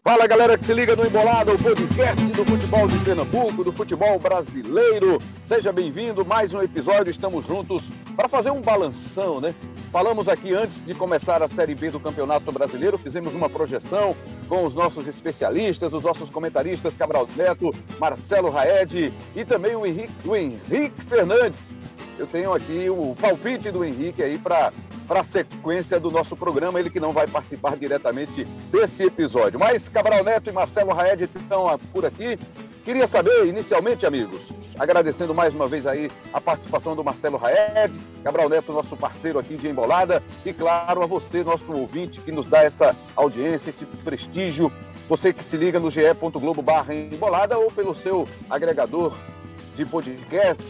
Fala, galera que se liga no Embolada, o podcast do futebol de Pernambuco, do futebol brasileiro. Seja bem-vindo, mais um episódio, estamos juntos para fazer um balanção, né? Falamos aqui antes de começar a Série B do Campeonato Brasileiro, fizemos uma projeção com os nossos especialistas, os nossos comentaristas, Cabral Neto, Marcelo Raed e também o Henrique Fernandes. Eu tenho aqui o palpite do Henrique aí para a sequência do nosso programa, ele que não vai participar diretamente desse episódio. Mas Cabral Neto e Marcelo Raed estão por aqui. Queria saber, inicialmente, amigos, agradecendo mais uma vez aí a participação do Marcelo Raed, Cabral Neto, nosso parceiro aqui de Embolada, e claro, a você, nosso ouvinte, que nos dá essa audiência, esse prestígio, você que se liga no ge.globo/embolada ou pelo seu agregador de podcast,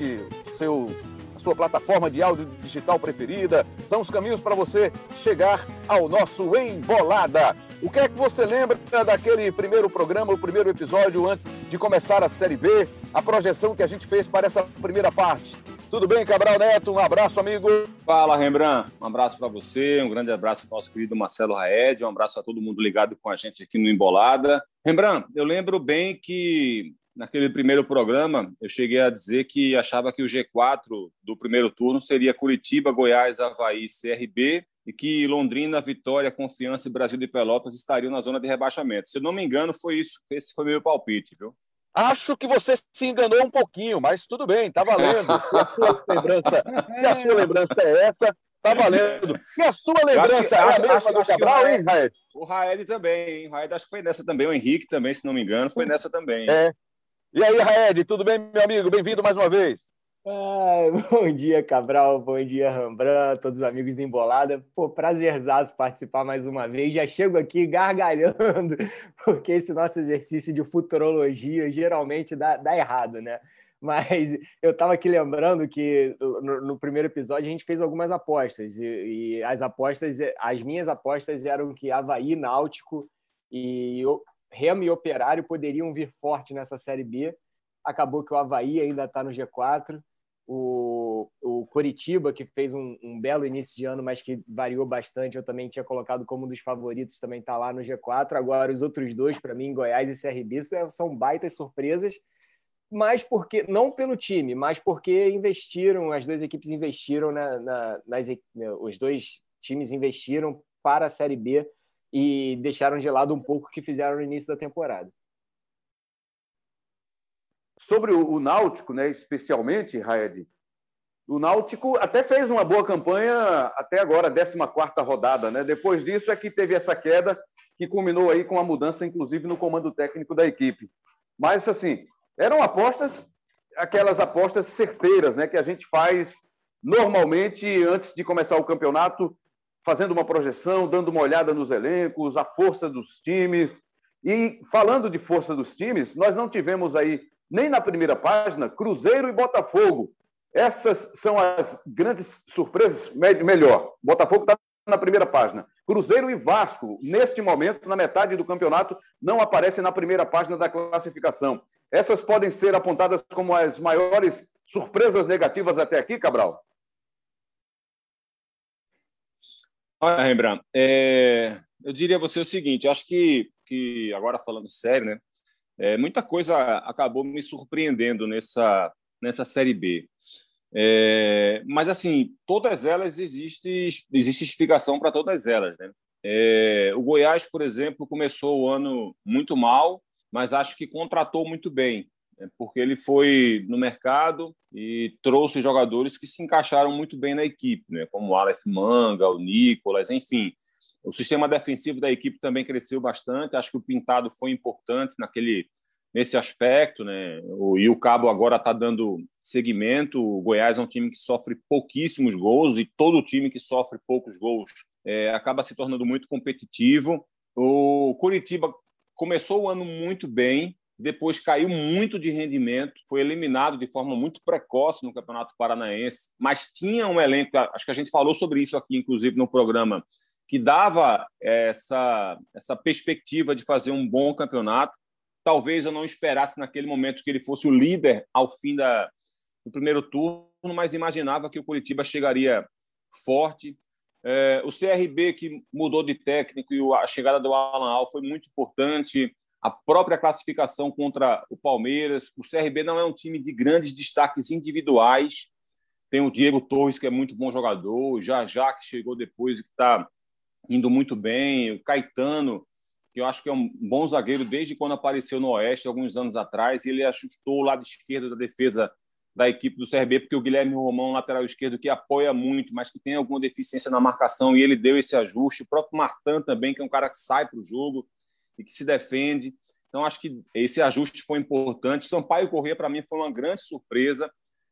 sua plataforma de áudio digital preferida. São os caminhos para você chegar ao nosso Embolada. O que é que você lembra daquele primeiro programa, o primeiro episódio antes de começar a Série B, a projeção que a gente fez para essa primeira parte? Tudo bem, Cabral Neto? Um abraço, amigo. Fala, Rembrandt. Um abraço para você, um grande abraço para o nosso querido Marcelo Raed, um abraço a todo mundo ligado com a gente aqui no Embolada. Rembrandt, eu lembro bem que naquele primeiro programa, eu cheguei a dizer que achava que o G4 do primeiro turno seria Curitiba, Goiás, Avaí, CRB, e que Londrina, Vitória, Confiança e Brasil de Pelotas estariam na zona de rebaixamento. Se eu não me engano, foi isso. Esse foi meu palpite, viu? Acho que você se enganou um pouquinho, mas tudo bem, tá valendo. Se a sua lembrança é essa, tá valendo. Se a sua lembrança é a mesma do Cabral, hein, Raed? O Raed também, hein? O Raed acho que foi nessa também. O Henrique também, se não me engano, foi nessa também. É. E aí, Raed, tudo bem, meu amigo? Bem-vindo mais uma vez. Bom dia, Cabral. Bom dia, Rembrandt, todos os amigos do Embolada. Pô, prazerzaço participar mais uma vez. Já chego aqui gargalhando, porque esse nosso exercício de futurologia geralmente dá errado, né? Mas eu estava aqui lembrando que no primeiro episódio a gente fez algumas apostas, e as minhas apostas eram que Avaí, Náutico e Remo e Operário poderiam vir forte nessa Série B. Acabou que o Avaí ainda está no G4. O Coritiba, que fez um belo início de ano, mas que variou bastante, eu também tinha colocado como um dos favoritos, também está lá no G4. Agora, os outros dois, para mim, Goiás e CRB, são baitas surpresas, mas porque, não pelo time, mas porque investiram, as duas equipes investiram, os dois times investiram para a Série B e deixaram de lado um pouco o que fizeram no início da temporada. Sobre o Náutico, né, especialmente, Raed, o Náutico até fez uma boa campanha até agora, a 14ª rodada, né? Depois disso é que teve essa queda que culminou aí com a mudança, inclusive, no comando técnico da equipe. Mas, assim, eram apostas, aquelas apostas certeiras, né, que a gente faz normalmente antes de começar o campeonato, fazendo uma projeção, dando uma olhada nos elencos, a força dos times. E falando de força dos times, nós não tivemos aí, nem na primeira página, Cruzeiro e Botafogo. Essas são as grandes surpresas. Melhor, Botafogo está na primeira página. Cruzeiro e Vasco, neste momento, na metade do campeonato, não aparecem na primeira página da classificação. Essas podem ser apontadas como as maiores surpresas negativas até aqui, Cabral? Olha, Rembrandt, eu diria a você o seguinte, acho que agora falando sério, né, muita coisa acabou me surpreendendo nessa Série B. Mas, assim, todas elas existe explicação para todas elas, né? O Goiás, por exemplo, começou o ano muito mal, mas acho que contratou muito bem, porque ele foi no mercado e trouxe jogadores que se encaixaram muito bem na equipe, né? Como o Aleph Manga, o Nicolas, enfim. O sistema defensivo da equipe também cresceu bastante. Acho que o Pintado foi importante nesse aspecto, né? O Cabo agora está dando seguimento. O Goiás é um time que sofre pouquíssimos gols e todo time que sofre poucos gols acaba se tornando muito competitivo. O Coritiba começou o ano muito bem, depois caiu muito de rendimento, foi eliminado de forma muito precoce no Campeonato Paranaense, mas tinha um elenco, acho que a gente falou sobre isso aqui, inclusive, no programa, que dava essa perspectiva de fazer um bom campeonato. Talvez eu não esperasse naquele momento que ele fosse o líder ao fim do primeiro turno, mas imaginava que o Coritiba chegaria forte. O CRB, que mudou de técnico, e a chegada do Alan Al foi muito importante. A própria classificação contra o Palmeiras. O CRB não é um time de grandes destaques individuais. Tem o Diego Torres, que é muito bom jogador, o Jajá, que chegou depois e que está indo muito bem, o Caetano, que eu acho que é um bom zagueiro desde quando apareceu no Oeste, alguns anos atrás, e ele ajustou o lado esquerdo da defesa da equipe do CRB, porque o Guilherme Romão, lateral esquerdo, que apoia muito, mas que tem alguma deficiência na marcação, e ele deu esse ajuste. O próprio Martin também, que é um cara que sai para o jogo e que se defende. Então, acho que esse ajuste foi importante. Sampaio Corrêa, para mim, foi uma grande surpresa.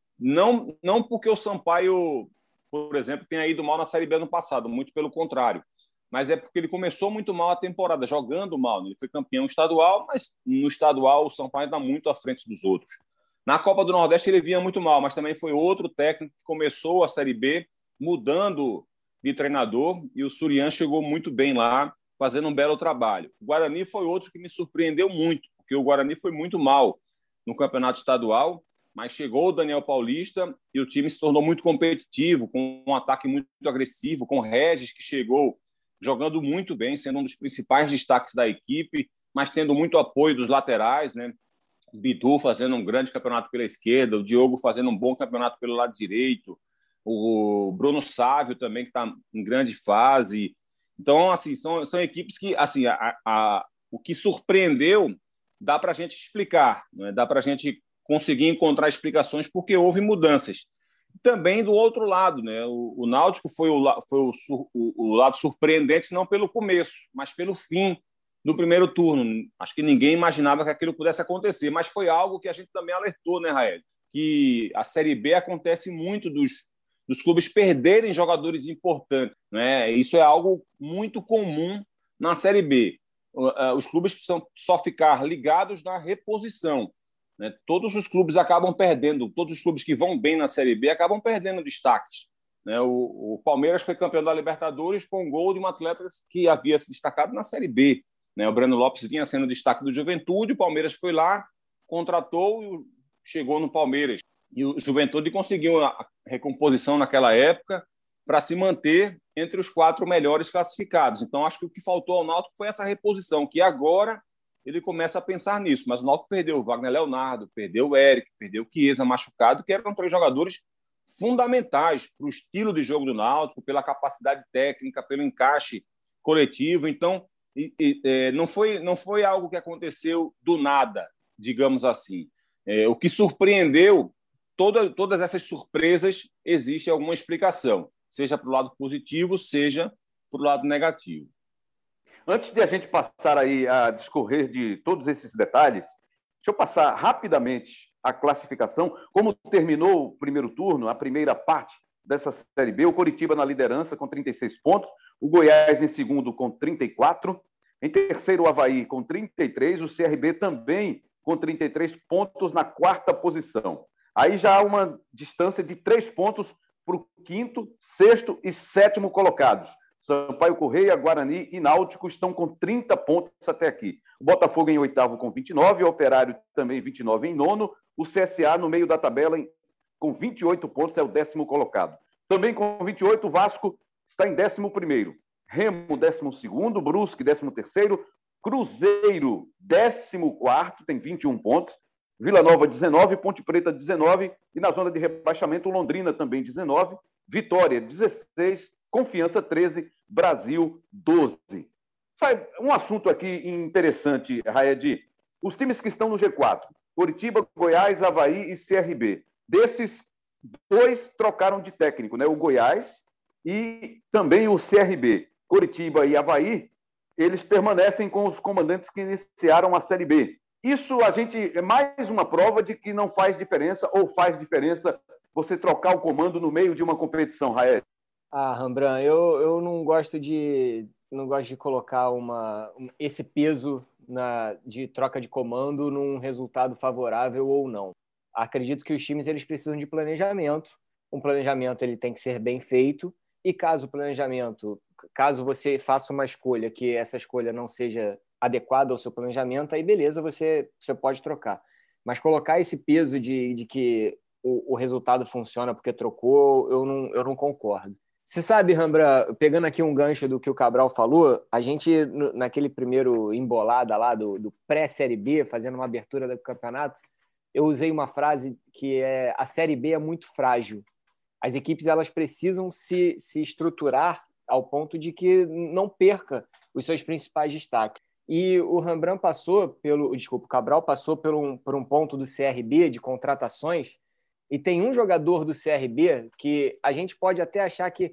Não porque o Sampaio, por exemplo, tenha ido mal na Série B no passado, muito pelo contrário. Mas é porque ele começou muito mal a temporada, jogando mal. Ele foi campeão estadual, mas no estadual o Sampaio está muito à frente dos outros. Na Copa do Nordeste ele vinha muito mal, mas também foi outro técnico que começou a Série B mudando de treinador, e o Surian chegou muito bem lá, fazendo um belo trabalho. O Guarani foi outro que me surpreendeu muito, porque o Guarani foi muito mal no campeonato estadual, mas chegou o Daniel Paulista e o time se tornou muito competitivo, com um ataque muito agressivo, com o Regis, que chegou jogando muito bem, sendo um dos principais destaques da equipe, mas tendo muito apoio dos laterais, né? O Bidu fazendo um grande campeonato pela esquerda, o Diogo fazendo um bom campeonato pelo lado direito, o Bruno Sávio também, que está em grande fase. Então, assim, são equipes que, assim, o que surpreendeu dá para a gente explicar, né? Dá para a gente conseguir encontrar explicações porque houve mudanças. Também do outro lado, né? O Náutico foi o lado surpreendente, não pelo começo, mas pelo fim do primeiro turno. Acho que ninguém imaginava que aquilo pudesse acontecer, mas foi algo que a gente também alertou, né, Rael? Que a Série B acontece muito dos clubes perderem jogadores importantes, né? Isso é algo muito comum na Série B. Os clubes precisam só ficar ligados na reposição, né? Todos os clubes acabam perdendo, todos os clubes que vão bem na Série B acabam perdendo destaques, né? O Palmeiras foi campeão da Libertadores com um gol de um atleta que havia se destacado na Série B, né? O Breno Lopes vinha sendo destaque do Juventude, o Palmeiras foi lá, contratou e chegou no Palmeiras. E o Juventude conseguiu a recomposição naquela época para se manter entre os 4 melhores classificados. Então, acho que o que faltou ao Náutico foi essa reposição, que agora ele começa a pensar nisso. Mas o Náutico perdeu o Wagner Leonardo, perdeu o Eric, perdeu o Chiesa machucado, que eram 3 jogadores fundamentais para o estilo de jogo do Náutico, pela capacidade técnica, pelo encaixe coletivo. Então, não foi algo que aconteceu do nada, digamos assim. O que surpreendeu, todas essas surpresas, existe alguma explicação, seja para o lado positivo, seja para o lado negativo. Antes de a gente passar aí a discorrer de todos esses detalhes, deixa eu passar rapidamente a classificação, como terminou o primeiro turno, a primeira parte dessa Série B. O Coritiba na liderança com 36 pontos, o Goiás em segundo com 34, em terceiro o Avaí com 33, o CRB também com 33 pontos na 4ª posição. Aí já há uma distância de 3 pontos para o 5º, 6º e 7º colocados. Sampaio Corrêa, Guarani e Náutico estão com 30 pontos até aqui. O Botafogo em 8º com 29, o Operário também 29 em 9º, o CSA no meio da tabela com 28 pontos, é o 10º colocado. Também com 28, o Vasco está em 11º. Remo, 12º, Brusque, 13º, Cruzeiro, 14º, tem 21 pontos, Vila Nova, 19, Ponte Preta, 19, e na zona de rebaixamento, Londrina também 19, Vitória, 16, Confiança, 13, Brasil, 12. Sabe, um assunto aqui interessante, Raed, os times que estão no G4, Coritiba, Goiás, Avaí e CRB. Desses, 2 trocaram de técnico, né? O Goiás e também o CRB. Coritiba e Avaí, eles permanecem com os comandantes que iniciaram a Série B. Isso a gente é mais uma prova de que não faz diferença, ou faz diferença você trocar o comando no meio de uma competição, Raed? Rembrandt, eu não gosto de colocar esse peso de troca de comando num resultado favorável ou não. Acredito que os times eles precisam de planejamento. Um planejamento ele tem que ser bem feito, e caso você faça uma escolha que essa escolha não seja adequada ao seu planejamento, aí beleza, você pode trocar. Mas colocar esse peso de que o resultado funciona porque trocou, eu não concordo. Você sabe, Rambra, pegando aqui um gancho do que o Cabral falou, a gente, naquele primeiro embolada lá do pré-Série B, fazendo uma abertura do campeonato, eu usei uma frase que é: a Série B é muito frágil. As equipes elas precisam se estruturar ao ponto de que não perca os seus principais destaques. E o Rembrandt o Cabral passou por um ponto do CRB de contratações, e tem um jogador do CRB que a gente pode até achar que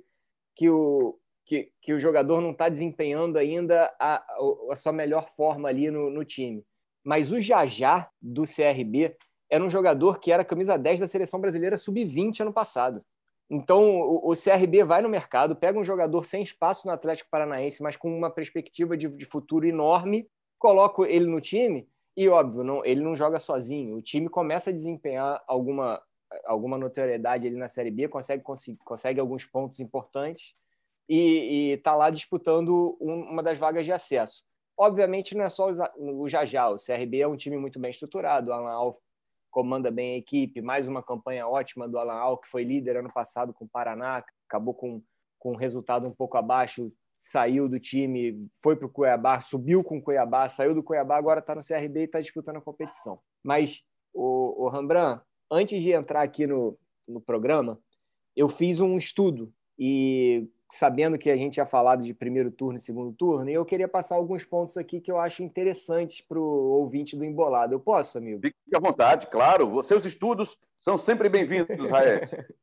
o jogador não está desempenhando ainda a sua melhor forma ali no time. Mas o Jajá, do CRB, era um jogador que era camisa 10 da Seleção Brasileira Sub-20 ano passado. Então, o CRB vai no mercado, pega um jogador sem espaço no Atlético Paranaense, mas com uma perspectiva de futuro enorme, coloca ele no time e, óbvio, ele não joga sozinho. O time começa a desempenhar alguma notoriedade ali na Série B, consegue alguns pontos importantes e está lá disputando uma das vagas de acesso. Obviamente, não é só o Jajá. O CRB é um time muito bem estruturado, o Alan Al comanda bem a equipe, mais uma campanha ótima do Alan Al, que foi líder ano passado com o Paraná, acabou com um resultado um pouco abaixo, saiu do time, foi para o Cuiabá, subiu com o Cuiabá, saiu do Cuiabá, agora está no CRB e está disputando a competição. Mas, o Rembrandt, antes de entrar aqui no programa, eu fiz um estudo, e sabendo que a gente tinha falado de primeiro turno e segundo turno, e eu queria passar alguns pontos aqui que eu acho interessantes para o ouvinte do Embolado. Eu posso, amigo? Fique à vontade, claro. Seus estudos são sempre bem-vindos, Raed.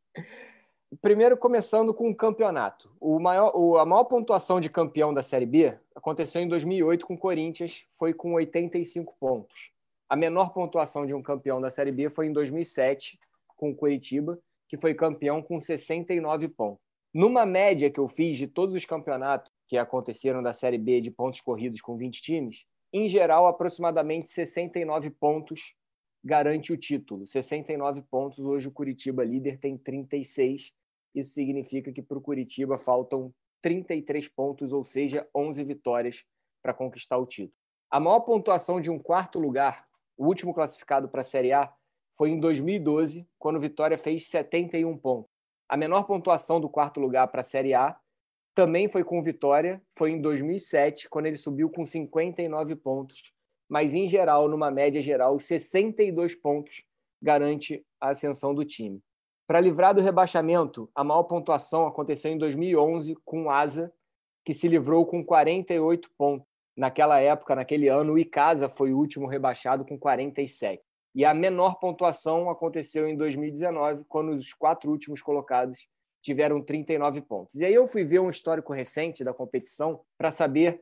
Primeiro, começando com o campeonato. A maior pontuação de campeão da Série B aconteceu em 2008 com o Corinthians, foi com 85 pontos. A menor pontuação de um campeão da Série B foi em 2007 com o Coritiba, que foi campeão com 69 pontos. Numa média que eu fiz de todos os campeonatos que aconteceram da Série B de pontos corridos com 20 times, em geral, aproximadamente 69 pontos garante o título. 69 pontos, hoje o Coritiba líder tem 36. Isso significa que para o Coritiba faltam 33 pontos, ou seja, 11 vitórias para conquistar o título. A maior pontuação de um quarto lugar, o último classificado para a Série A, foi em 2012, quando o Vitória fez 71 pontos. A menor pontuação do quarto lugar para a Série A também foi com o Vitória, foi em 2007, quando ele subiu com 59 pontos. Mas, em geral, numa média geral, 62 pontos garante a ascensão do time. Para livrar do rebaixamento, a maior pontuação aconteceu em 2011 com o Asa, que se livrou com 48 pontos. Naquela época, naquele ano, o Icasa foi o último rebaixado com 47. E a menor pontuação aconteceu em 2019, quando os 4 últimos colocados tiveram 39 pontos. E aí eu fui ver um histórico recente da competição para saber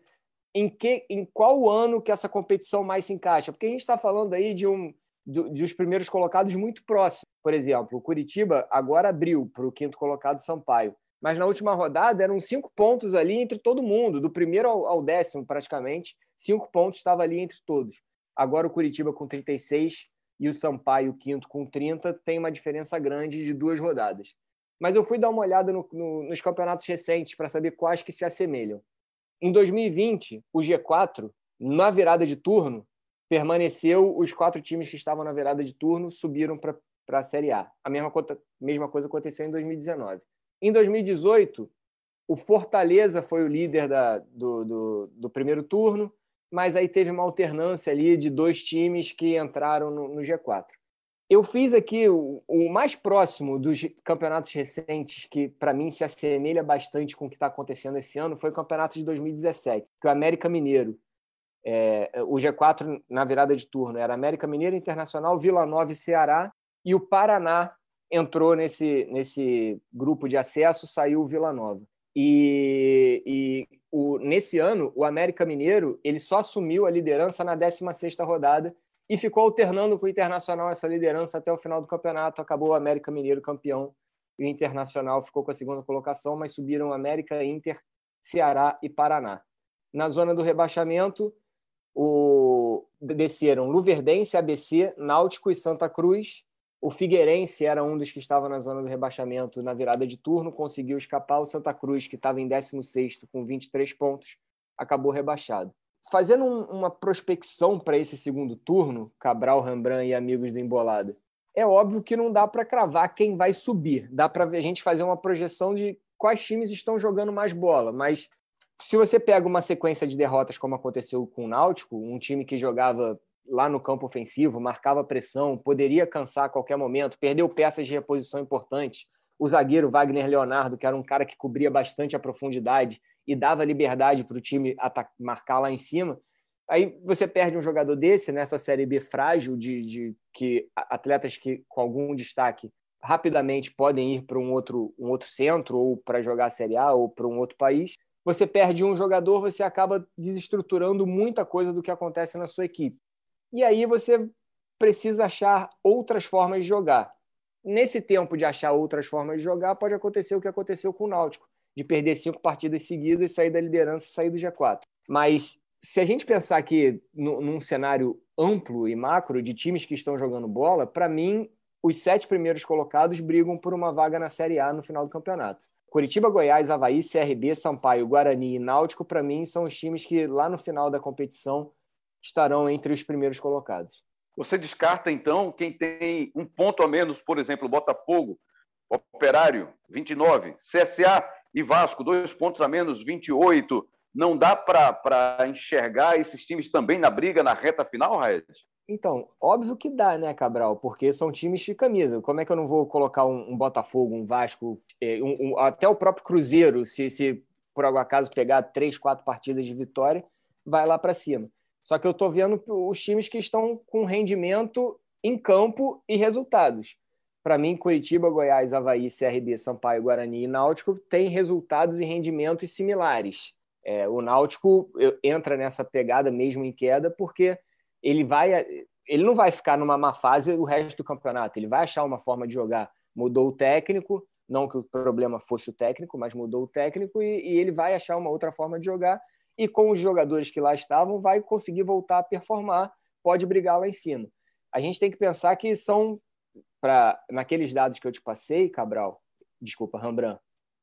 em qual ano que essa competição mais se encaixa. Porque a gente está falando aí de os primeiros colocados muito próximos. Por exemplo, o Coritiba agora abriu para o 5º colocado Sampaio. Mas na última rodada eram 5 pontos ali entre todo mundo, do primeiro ao 10º praticamente, 5 pontos estava ali entre todos. Agora o Coritiba com 36 e o Sampaio, o 5º, com 30, tem uma diferença grande de 2 rodadas. Mas eu fui dar uma olhada nos campeonatos recentes para saber quais que se assemelham. Em 2020, o G4, na virada de turno, permaneceu, os 4 times que estavam na virada de turno subiram para a Série A. A mesma coisa aconteceu em 2019. Em 2018, o Fortaleza foi o líder do primeiro turno, mas aí teve uma alternância ali de 2 times que entraram no G4. Eu fiz aqui o mais próximo dos campeonatos recentes, que para mim se assemelha bastante com o que está acontecendo esse ano, foi o campeonato de 2017, que o América Mineiro, o G4 na virada de turno era América Mineiro, Internacional, Vila Nova e Ceará, e o Paraná entrou nesse grupo de acesso, saiu o Vila Nova. Nesse ano, o América Mineiro ele só assumiu a liderança na 16ª rodada e ficou alternando com o Internacional essa liderança até o final do campeonato. Acabou o América Mineiro campeão e o Internacional ficou com a 2ª colocação, mas subiram América, Inter, Ceará e Paraná. Na zona do rebaixamento, desceram Luverdense, ABC, Náutico e Santa Cruz. O Figueirense era um dos que estava na zona do rebaixamento na virada de turno, conseguiu escapar. O Santa Cruz, que estava em 16º com 23 pontos, acabou rebaixado. Fazendo uma prospecção para esse segundo turno, Cabral, Rembrandt e amigos do Embolada, é óbvio que não dá para cravar quem vai subir. Dá para a gente fazer uma projeção de quais times estão jogando mais bola, mas se você pega uma sequência de derrotas como aconteceu com o Náutico, um time que jogava lá no campo ofensivo, marcava pressão, poderia cansar a qualquer momento, perdeu peças de reposição importantes, o zagueiro Wagner Leonardo, que era um cara que cobria bastante a profundidade e dava liberdade para o time marcar lá em cima. Aí você perde um jogador desse nessa Série B frágil, de que atletas que com algum destaque rapidamente podem ir para um outro centro, ou para jogar a Série A, ou para um outro país. Você perde um jogador, você acaba desestruturando muita coisa do que acontece na sua equipe. E aí você precisa achar outras formas de jogar. Nesse tempo de achar outras formas de jogar, pode acontecer o que aconteceu com o Náutico, de perder 5 partidas seguidas, sair da liderança, sair do G4. Mas se a gente pensar aqui num cenário amplo e macro de times que estão jogando bola, para mim, os 7 primeiros colocados brigam por uma vaga na Série A no final do campeonato. Curitiba, Goiás, Avaí, CRB, Sampaio, Guarani e Náutico, para mim, são os times que lá no final da competição estarão entre os primeiros colocados. Você descarta, então, quem tem um ponto a menos, por exemplo, Botafogo, Operário, 29, CSA e Vasco, 2 pontos a menos, 28. Não dá para enxergar esses times também na briga, na reta final, Raed? Então, óbvio que dá, né, Cabral? Porque são times de camisa. Como é que eu não vou colocar um Botafogo, um Vasco, até o próprio Cruzeiro, se por algum acaso pegar 3, 4 partidas de vitória, vai lá para cima. Só que eu estou vendo os times que estão com rendimento em campo e resultados. Para mim, Curitiba, Goiás, Avaí, CRB, Sampaio, Guarani e Náutico têm resultados e rendimentos similares. O Náutico entra nessa pegada mesmo em queda porque ele não vai ficar numa má fase o resto do campeonato. Ele vai achar uma forma de jogar. Mudou o técnico, não que o problema fosse o técnico, mas mudou o técnico e ele vai achar uma outra forma de jogar. E com os jogadores que lá estavam, vai conseguir voltar a performar, pode brigar lá em cima. A gente tem que pensar que naqueles dados que eu te passei, Cabral, desculpa, Rembrandt,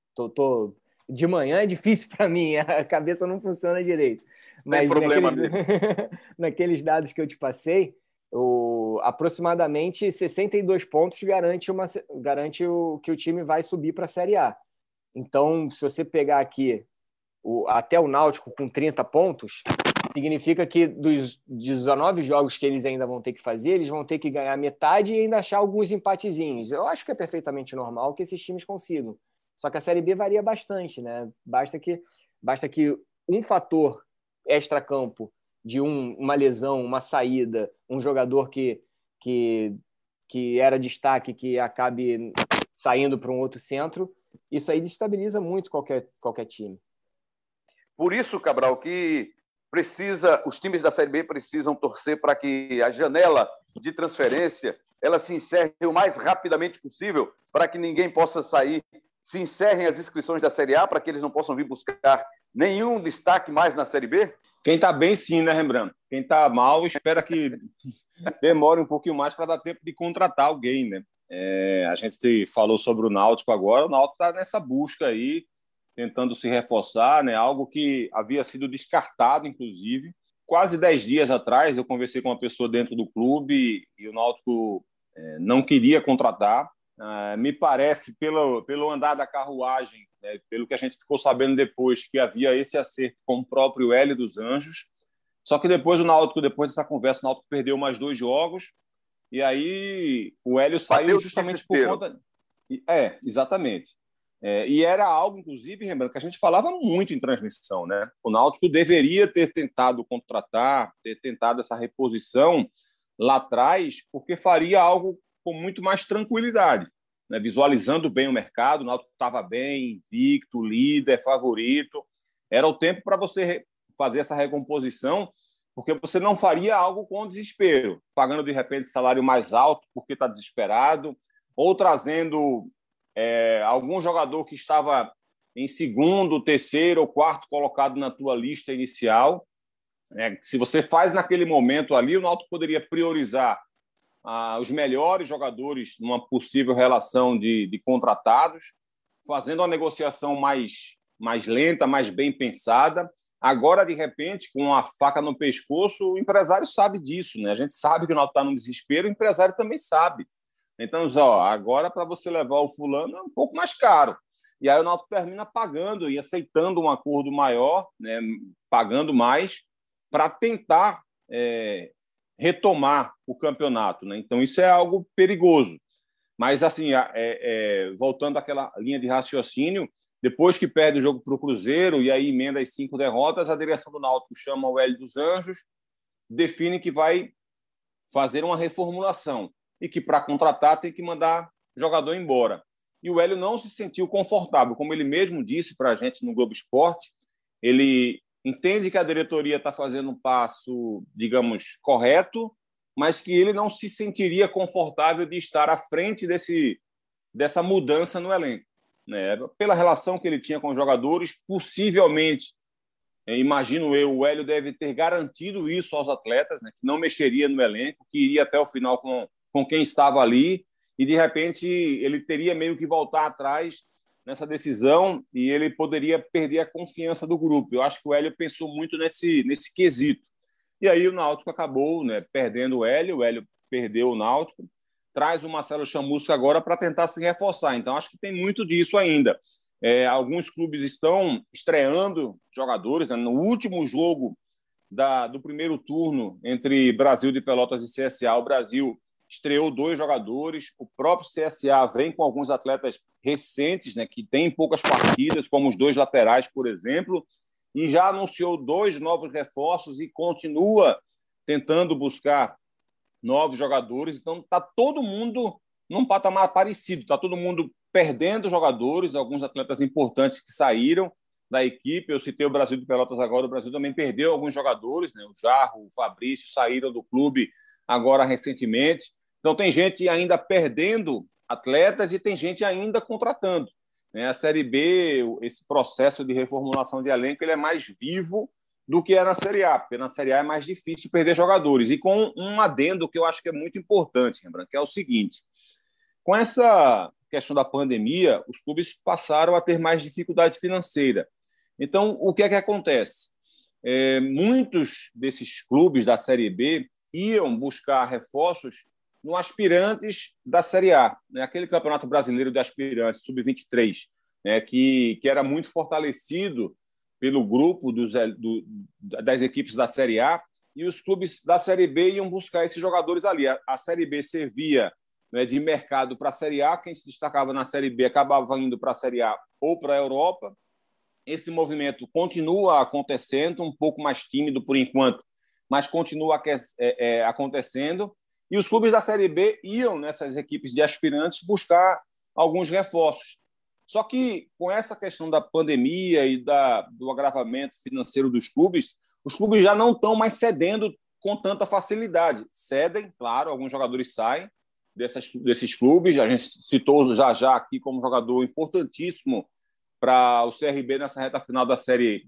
de manhã é difícil para mim, a cabeça não funciona direito. Mas tem problema naqueles dados que eu te passei, aproximadamente 62 pontos garante que o time vai subir para a Série A. Então, se você pegar aqui até o Náutico com 30 pontos, significa que dos 19 jogos que eles ainda vão ter que fazer, eles vão ter que ganhar metade e ainda achar alguns empatezinhos. Eu acho que é perfeitamente normal que esses times consigam. Só que a Série B varia bastante, né? Basta que um fator extracampo de uma lesão, uma saída, um jogador que era destaque, que acabe saindo para um outro centro, isso aí destabiliza muito qualquer time. Por isso, Cabral, que os times da Série B precisam torcer para que a janela de transferência ela se encerre o mais rapidamente possível, para que ninguém possa sair. Se encerrem as inscrições da Série A, para que eles não possam vir buscar nenhum destaque mais na Série B? Quem está bem, sim, né, Rembrandt? Quem está mal, espera que demore um pouquinho mais para dar tempo de contratar alguém, né? A gente falou sobre o Náutico agora, o Náutico está nessa busca aí, tentando se reforçar, né? Algo que havia sido descartado, inclusive. Quase 10 dias atrás, eu conversei com uma pessoa dentro do clube e o Náutico não queria contratar. Me parece, pelo andar da carruagem, né, pelo que a gente ficou sabendo depois, que havia esse acerto com o próprio Hélio dos Anjos. Só que depois depois dessa conversa, o Náutico perdeu mais 2 jogos e aí o Hélio saiu justamente por conta... Exatamente. E era algo, inclusive, Rembrandt, que a gente falava muito em transmissão, né? O Náutico deveria ter tentado contratar, ter tentado essa reposição lá atrás, porque faria algo com muito mais tranquilidade, né? Visualizando bem o mercado, o Náutico estava bem, invicto, líder, favorito. Era o tempo para você fazer essa recomposição, porque você não faria algo com desespero, pagando de repente salário mais alto porque está desesperado, ou trazendo algum jogador que estava em segundo, terceiro ou quarto colocado na tua lista inicial. Se você faz naquele momento ali, o Náutico poderia priorizar os melhores jogadores numa possível relação de contratados, fazendo uma negociação mais lenta, mais bem pensada. Agora, de repente, com a faca no pescoço, o empresário sabe disso, né? A gente sabe que o Náutico está no desespero, o empresário também sabe. Então, agora para você levar o fulano é um pouco mais caro. E aí o Náutico termina pagando e aceitando um acordo maior, né, pagando mais, para tentar retomar o campeonato, né? Então, isso é algo perigoso. Mas, assim, voltando àquela linha de raciocínio, depois que perde o jogo para o Cruzeiro e aí emenda as 5 derrotas, a direção do Náutico chama o Hélio dos Anjos, define que vai fazer uma reformulação e que, para contratar, tem que mandar jogador embora. E o Hélio não se sentiu confortável. Como ele mesmo disse para a gente no Globo Esporte, ele entende que a diretoria está fazendo um passo, digamos, correto, mas que ele não se sentiria confortável de estar à frente dessa mudança no elenco, né? Pela relação que ele tinha com os jogadores, possivelmente, imagino eu, o Hélio deve ter garantido isso aos atletas, né? Que não mexeria no elenco, que iria até o final com quem estava ali, e de repente ele teria meio que voltar atrás nessa decisão e ele poderia perder a confiança do grupo. Eu acho que o Hélio pensou muito nesse quesito. E aí o Náutico acabou, né, perdendo o Hélio perdeu o Náutico, traz o Marcelo Chamusca agora para tentar se reforçar. Então, acho que tem muito disso ainda. Alguns clubes estão estreando jogadores, né? No último jogo do primeiro turno entre Brasil de Pelotas e CSA, o Brasil estreou 2 jogadores, o próprio CSA vem com alguns atletas recentes, né, que têm poucas partidas, como os 2 laterais, por exemplo, e já anunciou 2 novos reforços e continua tentando buscar novos jogadores. Então, está todo mundo num patamar parecido, está todo mundo perdendo jogadores, alguns atletas importantes que saíram da equipe. Eu citei o Brasil de Pelotas agora, o Brasil também perdeu alguns jogadores, né? O Jarro, o Fabrício saíram do clube agora recentemente. Então, tem gente ainda perdendo atletas e tem gente ainda contratando. A Série B, esse processo de reformulação de elenco, ele é mais vivo do que é na Série A, porque na Série A é mais difícil perder jogadores. E com um adendo que eu acho que é muito importante, Rembrandt, que é o seguinte: com essa questão da pandemia, os clubes passaram a ter mais dificuldade financeira. Então, o que é que acontece? Muitos desses clubes da Série B iam buscar reforços no aspirantes da Série A, né? Aquele Campeonato Brasileiro de Aspirantes, Sub-23, né? que era muito fortalecido pelo grupo das equipes da Série A, e os clubes da Série B iam buscar esses jogadores ali. A Série B servia, né, de mercado para a Série A, quem se destacava na Série B acabava indo para a Série A ou para a Europa. Esse movimento continua acontecendo, um pouco mais tímido por enquanto, mas continua acontecendo. E os clubes da Série B iam nessas equipes de aspirantes buscar alguns reforços. Só que, com essa questão da pandemia e do agravamento financeiro dos clubes, os clubes já não estão mais cedendo com tanta facilidade. Cedem, claro, alguns jogadores saem desses clubes. A gente citou já aqui como jogador importantíssimo para o CRB nessa reta final da Série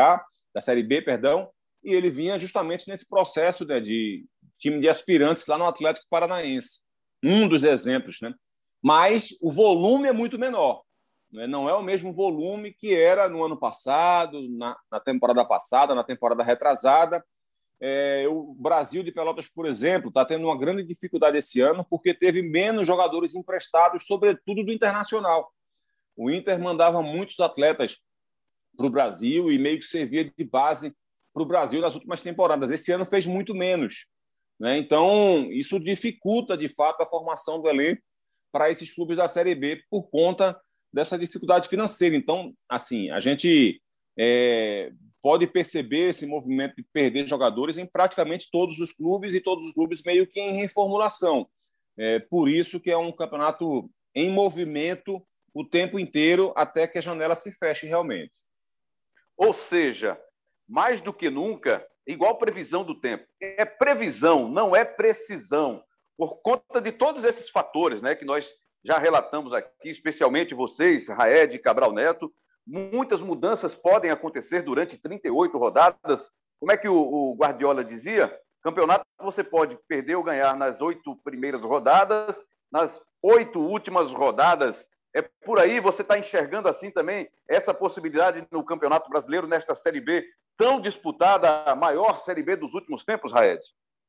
B, perdão, e ele vinha justamente nesse processo, né, de time de aspirantes lá no Atlético Paranaense. Um dos exemplos, né? Mas o volume é muito menor. Né? Não é o mesmo volume que era no ano passado, na temporada passada, na temporada retrasada. O Brasil de Pelotas, por exemplo, está tendo uma grande dificuldade esse ano porque teve menos jogadores emprestados, sobretudo do Internacional. O Inter mandava muitos atletas para o Brasil e meio que servia de base para o Brasil nas últimas temporadas. Esse ano fez muito menos. Né? Então, isso dificulta, de fato, a formação do elenco para esses clubes da Série B por conta dessa dificuldade financeira. Então, assim, a gente pode perceber esse movimento de perder jogadores em praticamente todos os clubes e todos os clubes meio que em reformulação. Por isso que é um campeonato em movimento o tempo inteiro até que a janela se feche realmente. Ou seja, mais do que nunca, igual previsão do tempo. É previsão, não é precisão. Por conta de todos esses fatores, né, que nós já relatamos aqui, especialmente vocês, Raed e Cabral Neto, muitas mudanças podem acontecer durante 38 rodadas. Como é que o Guardiola dizia? Campeonato você pode perder ou ganhar nas 8 primeiras rodadas, nas 8 últimas rodadas. É por aí, você está enxergando assim também essa possibilidade no Campeonato Brasileiro, nesta Série B tão disputada, a maior Série B dos últimos tempos, Raed?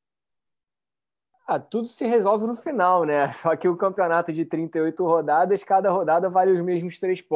Tudo se resolve no final, né? Só que o campeonato de 38 rodadas, cada rodada vale os mesmos 3 pontos.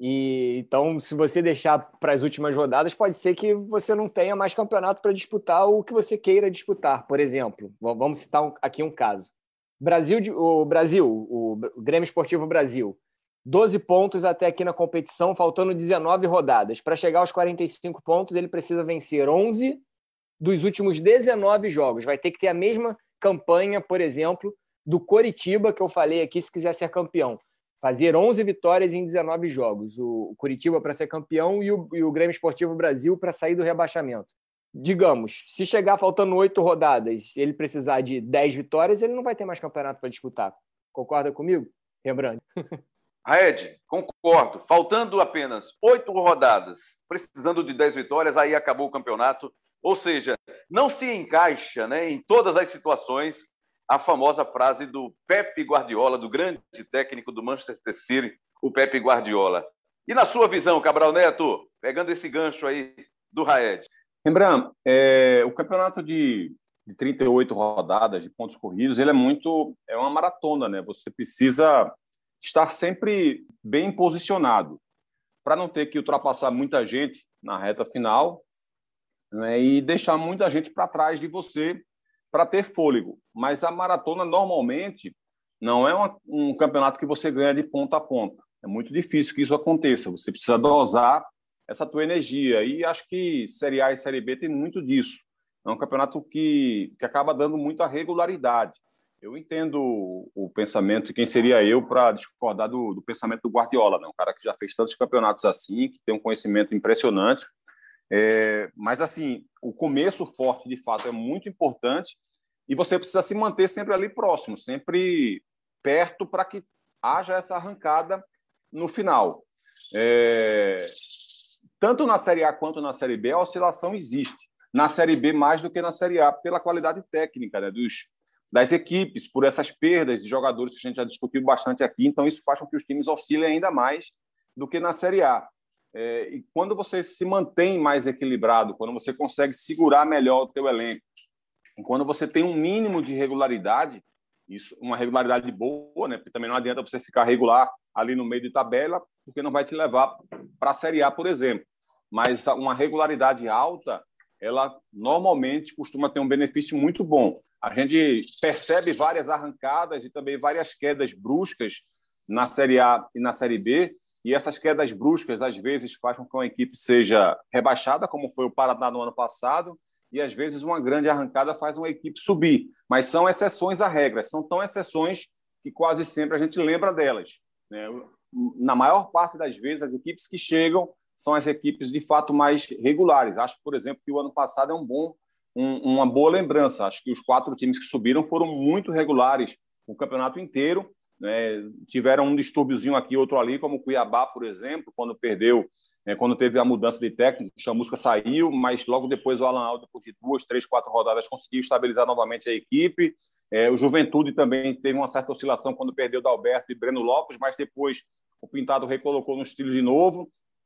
E então, se você deixar para as últimas rodadas, pode ser que você não tenha mais campeonato para disputar o que você queira disputar. Por exemplo, vamos citar aqui um caso. O Grêmio Esportivo Brasil, 12 pontos até aqui na competição, faltando 19 rodadas. Para chegar aos 45 pontos, ele precisa vencer 11 dos últimos 19 jogos. Vai ter que ter a mesma campanha, por exemplo, do Coritiba, que eu falei aqui, se quiser ser campeão. Fazer 11 vitórias em 19 jogos. O Coritiba para ser campeão e o Grêmio Esportivo Brasil para sair do rebaixamento. Digamos, se chegar faltando 8 rodadas, ele precisar de 10 vitórias, ele não vai ter mais campeonato para disputar. Concorda comigo, Rembrandt? Ed, concordo. Faltando apenas 8 rodadas, precisando de 10 vitórias, aí acabou o campeonato. Ou seja, não se encaixa, né, em todas as situações a famosa frase do Pepe Guardiola, do grande técnico do Manchester City, o Pepe Guardiola. E na sua visão, Cabral Neto, pegando esse gancho aí do Raed? Rembrandt, o campeonato de 38 rodadas de pontos corridos, ele é uma maratona, né? Você precisa estar sempre bem posicionado para não ter que ultrapassar muita gente na reta final, né, e deixar muita gente para trás de você para ter fôlego. Mas a maratona, normalmente, não é um campeonato que você ganha de ponta a ponta. É muito difícil que isso aconteça. Você precisa dosar essa tua energia. E acho que Série A e Série B tem muito disso. É um campeonato que acaba dando muita regularidade. Eu entendo o pensamento, e quem seria eu para discordar do pensamento do Guardiola, né? Um cara que já fez tantos campeonatos assim, que tem um conhecimento impressionante. Mas, assim, o começo forte, de fato, é muito importante e você precisa se manter sempre ali próximo, sempre perto para que haja essa arrancada no final. Tanto na Série A quanto na Série B, a oscilação existe. Na Série B, mais do que na Série A, pela qualidade técnica, né, das equipes, por essas perdas de jogadores que a gente já discutiu bastante aqui. Então, isso faz com que os times oscilem ainda mais do que na Série A. E quando você se mantém mais equilibrado, quando você consegue segurar melhor o teu elenco, e quando você tem um mínimo de regularidade, isso, uma regularidade boa, né? Porque também não adianta você ficar regular ali no meio de tabela, porque não vai te levar para a Série A, por exemplo. Mas uma regularidade alta, ela normalmente costuma ter um benefício muito bom. A gente percebe várias arrancadas e também várias quedas bruscas na Série A e na Série B, e essas quedas bruscas, às vezes, fazem com que uma equipe seja rebaixada, como foi o Paraná no ano passado, e, às vezes, uma grande arrancada faz uma equipe subir. Mas são exceções à regra. São tão exceções que quase sempre a gente lembra delas, né? Na maior parte das vezes, as equipes que chegam são as equipes, de fato, mais regulares. Acho, por exemplo, que o ano passado é uma boa lembrança. Acho que os 4 times que subiram foram muito regulares o campeonato inteiro. Tiveram um distúrbiozinho aqui, outro ali, como o Cuiabá, por exemplo, quando perdeu, quando teve a mudança de técnico, o Chamusca saiu, mas logo depois o Alan Aldo, depois de 2, 3, 4 rodadas, conseguiu estabilizar novamente a equipe. O Juventude também teve uma certa oscilação quando perdeu Dalberto e Breno Lopes, mas depois o Pintado recolocou no estilo de novo.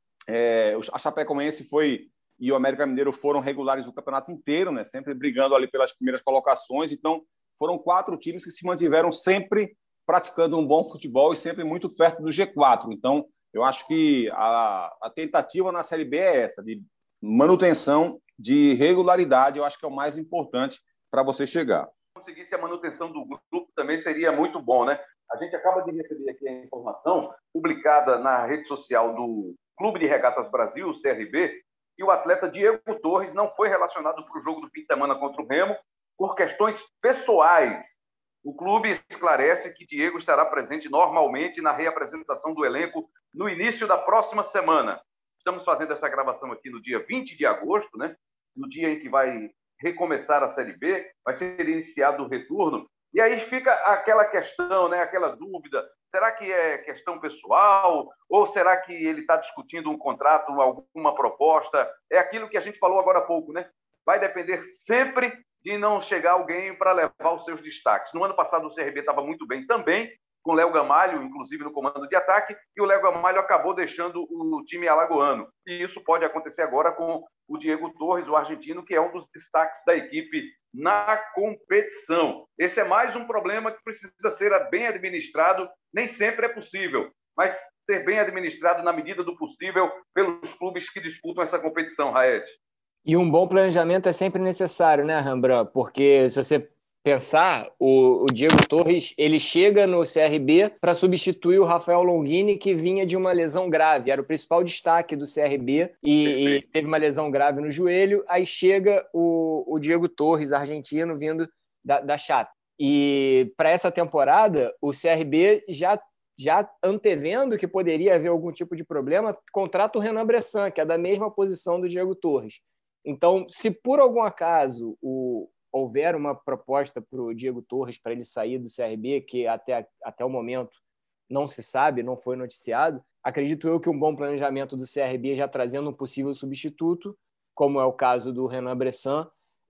A Chapecoense e o América Mineiro foram regulares o campeonato inteiro, né? Sempre brigando ali pelas primeiras colocações. Então, foram 4 times que se mantiveram sempre praticando um bom futebol e sempre muito perto do G4. Então, eu acho que a tentativa na Série B é essa, de manutenção de regularidade. Eu acho que é o mais importante para você chegar. Se conseguisse a manutenção do grupo também seria muito bom, né? A gente acaba de receber aqui a informação publicada na rede social do Clube de Regatas Brasil, o CRB, que o atleta Diego Torres não foi relacionado para o jogo do fim de semana contra o Remo por questões pessoais. O clube esclarece que Diego estará presente normalmente na reapresentação do elenco no início da próxima semana. Estamos fazendo essa gravação aqui no dia 20 de agosto, né? No dia em que vai recomeçar a Série B, vai ser iniciado o retorno. E aí fica aquela questão, né? Aquela dúvida, será que é questão pessoal? Ou será que ele está discutindo um contrato, alguma proposta? É aquilo que a gente falou agora há pouco, né? Vai depender sempre de não chegar alguém para levar os seus destaques. No ano passado, o CRB estava muito bem também, com Léo Gamalho, inclusive no comando de ataque, e o Léo Gamalho acabou deixando o time alagoano. E isso pode acontecer agora com o Diego Torres, o argentino, que é um dos destaques da equipe na competição. Esse é mais um problema que precisa ser bem administrado, nem sempre é possível. mas ser bem administrado na medida do possível pelos clubes que disputam essa competição, Raed. E um bom planejamento é sempre necessário, né, Rembrandt? Porque se você pensar, o Diego Torres ele chega no CRB para substituir o Rafael Longini, que vinha de uma lesão grave, era o principal destaque do CRB e teve uma lesão grave no joelho. Aí chega o Diego Torres, argentino, vindo da Chata. E para essa temporada, o CRB já antevendo que poderia haver algum tipo de problema, contrata o Renan Bressan, que é da mesma posição do Diego Torres. Então, se por algum acaso houver uma proposta para o Diego Torres para ele sair do CRB, que até o momento não se sabe, não foi noticiado, acredito eu que um bom planejamento do CRB, já trazendo um possível substituto, como é o caso do Renan Bressan,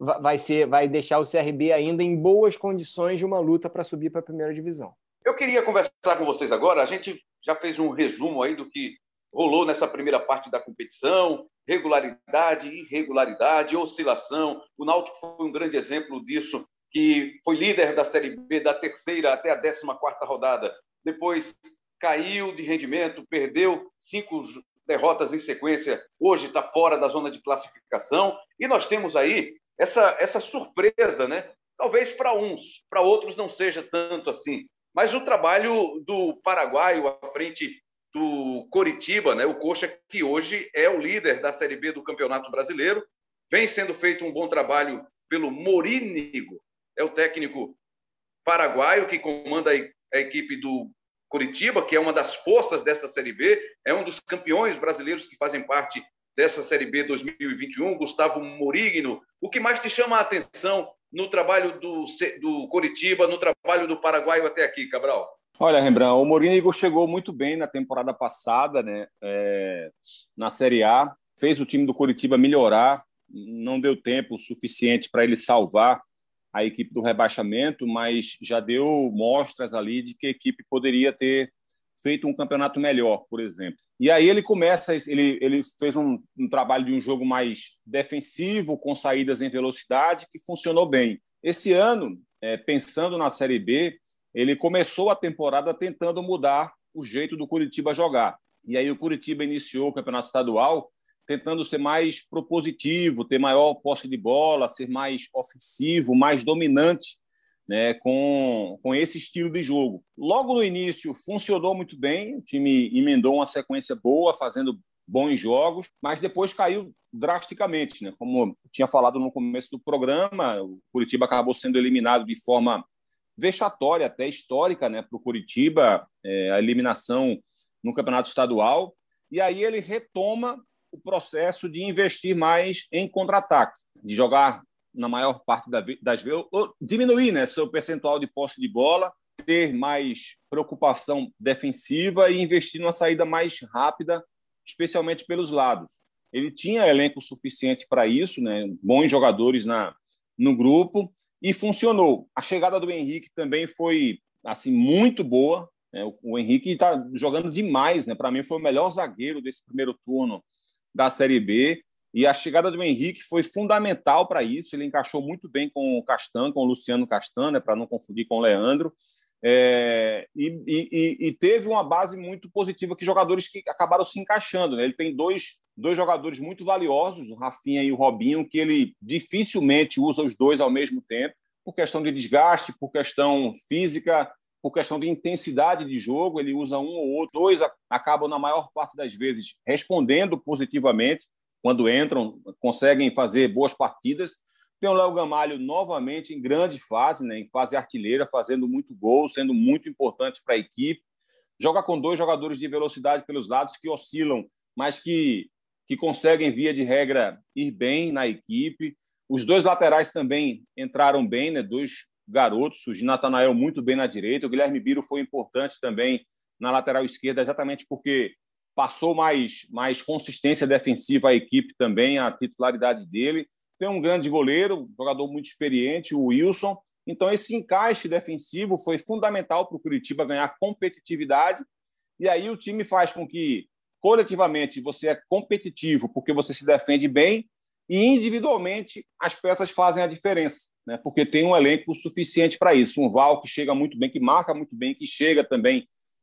vai deixar o CRB ainda em boas condições de uma luta para subir para a primeira divisão. Eu queria conversar com vocês agora. A gente já fez um resumo aí do que rolou nessa primeira parte da competição, regularidade, irregularidade, oscilação. O Náutico foi um grande exemplo disso, que foi líder da Série B da terceira até a 14ª rodada. Depois caiu de rendimento, perdeu 5 derrotas em sequência. Hoje está fora da zona de classificação. E nós temos aí essa surpresa, né? Talvez para uns, para outros não seja tanto assim. Mas o trabalho do paraguaio à frente do Coritiba, né? O Coxa, que hoje é o líder da Série B do Campeonato Brasileiro, vem sendo feito um bom trabalho pelo Morínigo, é o técnico paraguaio que comanda a equipe do Coritiba, que é uma das forças dessa Série B, é um dos campeões brasileiros que fazem parte dessa Série B 2021, Gustavo Morínigo. O que mais te chama a atenção no trabalho do Coritiba, no trabalho do paraguaio até aqui, Cabral? Olha, Rembrandt, o Morínigo chegou muito bem na temporada passada, né? Na Série A, fez o time do Coritiba melhorar, não deu tempo suficiente para ele salvar a equipe do rebaixamento, mas já deu mostras ali de que a equipe poderia ter feito um campeonato melhor, por exemplo. E aí ele fez um trabalho de um jogo mais defensivo, com saídas em velocidade, que funcionou bem. Esse ano, pensando na Série B, ele começou a temporada tentando mudar o jeito do Coritiba jogar. E aí o Coritiba iniciou o campeonato estadual tentando ser mais propositivo, ter maior posse de bola, ser mais ofensivo, mais dominante, né, com esse estilo de jogo. Logo no início funcionou muito bem, o time emendou uma sequência boa, fazendo bons jogos, mas depois caiu drasticamente, né? Como eu tinha falado no começo do programa, o Coritiba acabou sendo eliminado de forma vexatória, até histórica, né, para o Coritiba, a eliminação no campeonato estadual, e aí ele retoma o processo de investir mais em contra-ataque, de jogar na maior parte das vezes, ou diminuir, né, seu percentual de posse de bola, ter mais preocupação defensiva e investir numa saída mais rápida, especialmente pelos lados. Ele tinha elenco suficiente para isso, né, bons jogadores no grupo, e funcionou. A chegada do Henrique também foi assim, muito boa, né? O Henrique está jogando demais, né? Para mim foi o melhor zagueiro desse primeiro turno da Série B, e a chegada do Henrique foi fundamental para isso. Ele encaixou muito bem com o Castan, com o Luciano Castan, né? Para não confundir com o Leandro, e teve uma base muito positiva, que jogadores que acabaram se encaixando, né? Ele tem dois jogadores muito valiosos, o Rafinha e o Robinho, que ele dificilmente usa os dois ao mesmo tempo, por questão de desgaste, por questão física, por questão de intensidade de jogo. Ele usa um ou outro, dois acabam, na maior parte das vezes, respondendo positivamente quando entram, conseguem fazer boas partidas. Tem o Léo Gamalho novamente em grande fase, né, em fase artilheira, fazendo muito gol, sendo muito importante para a equipe. Joga com 2 jogadores de velocidade pelos lados que oscilam, mas que conseguem, via de regra, ir bem na equipe. Os 2 laterais também entraram bem, né, 2 garotos, o Natanael muito bem na direita, o Guilherme Biro foi importante também na lateral esquerda, exatamente porque passou mais consistência defensiva à equipe também, a titularidade dele. Tem um grande goleiro, um jogador muito experiente, o Wilson. Então, esse encaixe defensivo foi fundamental para o Coritiba ganhar competitividade, e aí o time faz com que, coletivamente, você é competitivo porque você se defende bem, e individualmente as peças fazem a diferença, né? Porque tem um elenco suficiente para isso. Um Val que chega muito bem, que marca muito bem, que chega também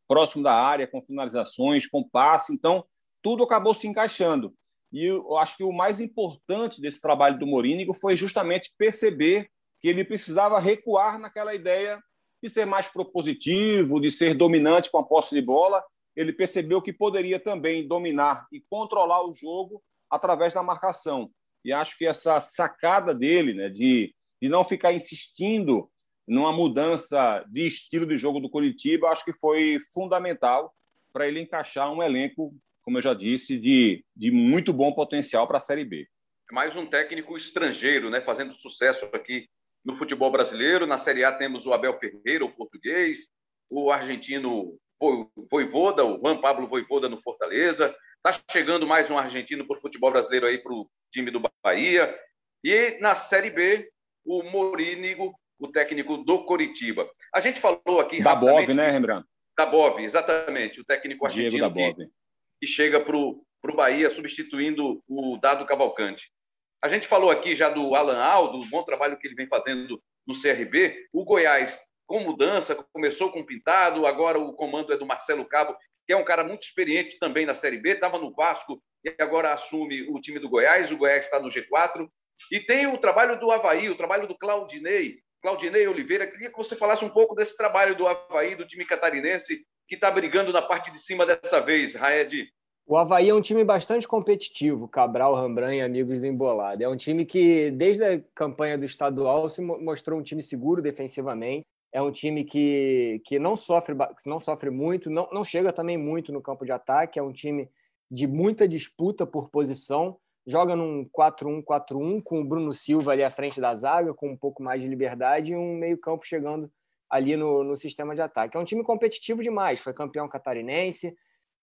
próximo da área, com finalizações, com passe. Então, tudo acabou se encaixando. E eu acho que o mais importante desse trabalho do Morínigo foi justamente perceber que ele precisava recuar naquela ideia de ser mais propositivo, de ser dominante com a posse de bola. Ele percebeu que poderia também dominar e controlar o jogo através da marcação. E acho que essa sacada dele, né, de não ficar insistindo numa mudança de estilo de jogo do Coritiba, acho que foi fundamental para ele encaixar um elenco, como eu já disse, de muito bom potencial para a Série B. Mais um técnico estrangeiro, né, fazendo sucesso aqui no futebol brasileiro. Na Série A temos o Abel Ferreira, o português, o argentino Vojvoda, o Juan Pablo Vojvoda no Fortaleza. Está chegando mais um argentino para o futebol brasileiro aí para o time do Bahia. E na Série B, o Morínigo, o técnico do Coritiba. A gente falou aqui da rapidamente... Bove, né, Rembrandt? Da Bove, exatamente. O técnico argentino que chega para o Bahia, substituindo o Dado Cavalcante. A gente falou aqui já do Alan Aldo, do bom trabalho que ele vem fazendo no CRB. O Goiás, com mudança, começou com o Pintado, agora o comando é do Marcelo Cabo, que é um cara muito experiente também na Série B, estava no Vasco e agora assume o time do Goiás. O Goiás está no G4. E tem o trabalho do Avaí, o trabalho do Claudinei Oliveira. Queria que você falasse um pouco desse trabalho do Avaí, do time catarinense, que está brigando na parte de cima dessa vez, Raed. O Avaí é um time bastante competitivo, Cabral, Rambran e amigos do Embolado. É um time que, desde a campanha do estadual, se mostrou um time seguro defensivamente. É um time que não sofre muito, não chega também muito no campo de ataque. É um time de muita disputa por posição. Joga num 4-1-4-1, com o Bruno Silva ali à frente da zaga, com um pouco mais de liberdade, e um meio-campo chegando ali no sistema de ataque. É um time competitivo demais, foi campeão catarinense,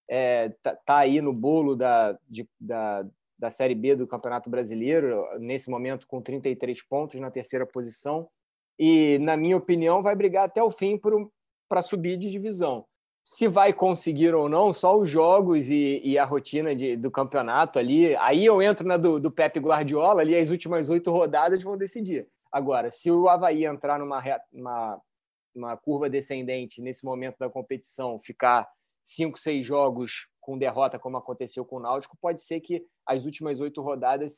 tá aí no bolo da Série B do Campeonato Brasileiro, nesse momento com 33 pontos na terceira posição, e, na minha opinião, vai brigar até o fim para subir de divisão. Se vai conseguir ou não, só os jogos e a rotina do campeonato ali. Aí eu entro na do Pepe Guardiola, ali as últimas 8 rodadas vão decidir. Agora, se o Avaí entrar numa curva descendente nesse momento da competição, ficar 5, 6 jogos com derrota, como aconteceu com o Náutico, pode ser que as últimas 8 rodadas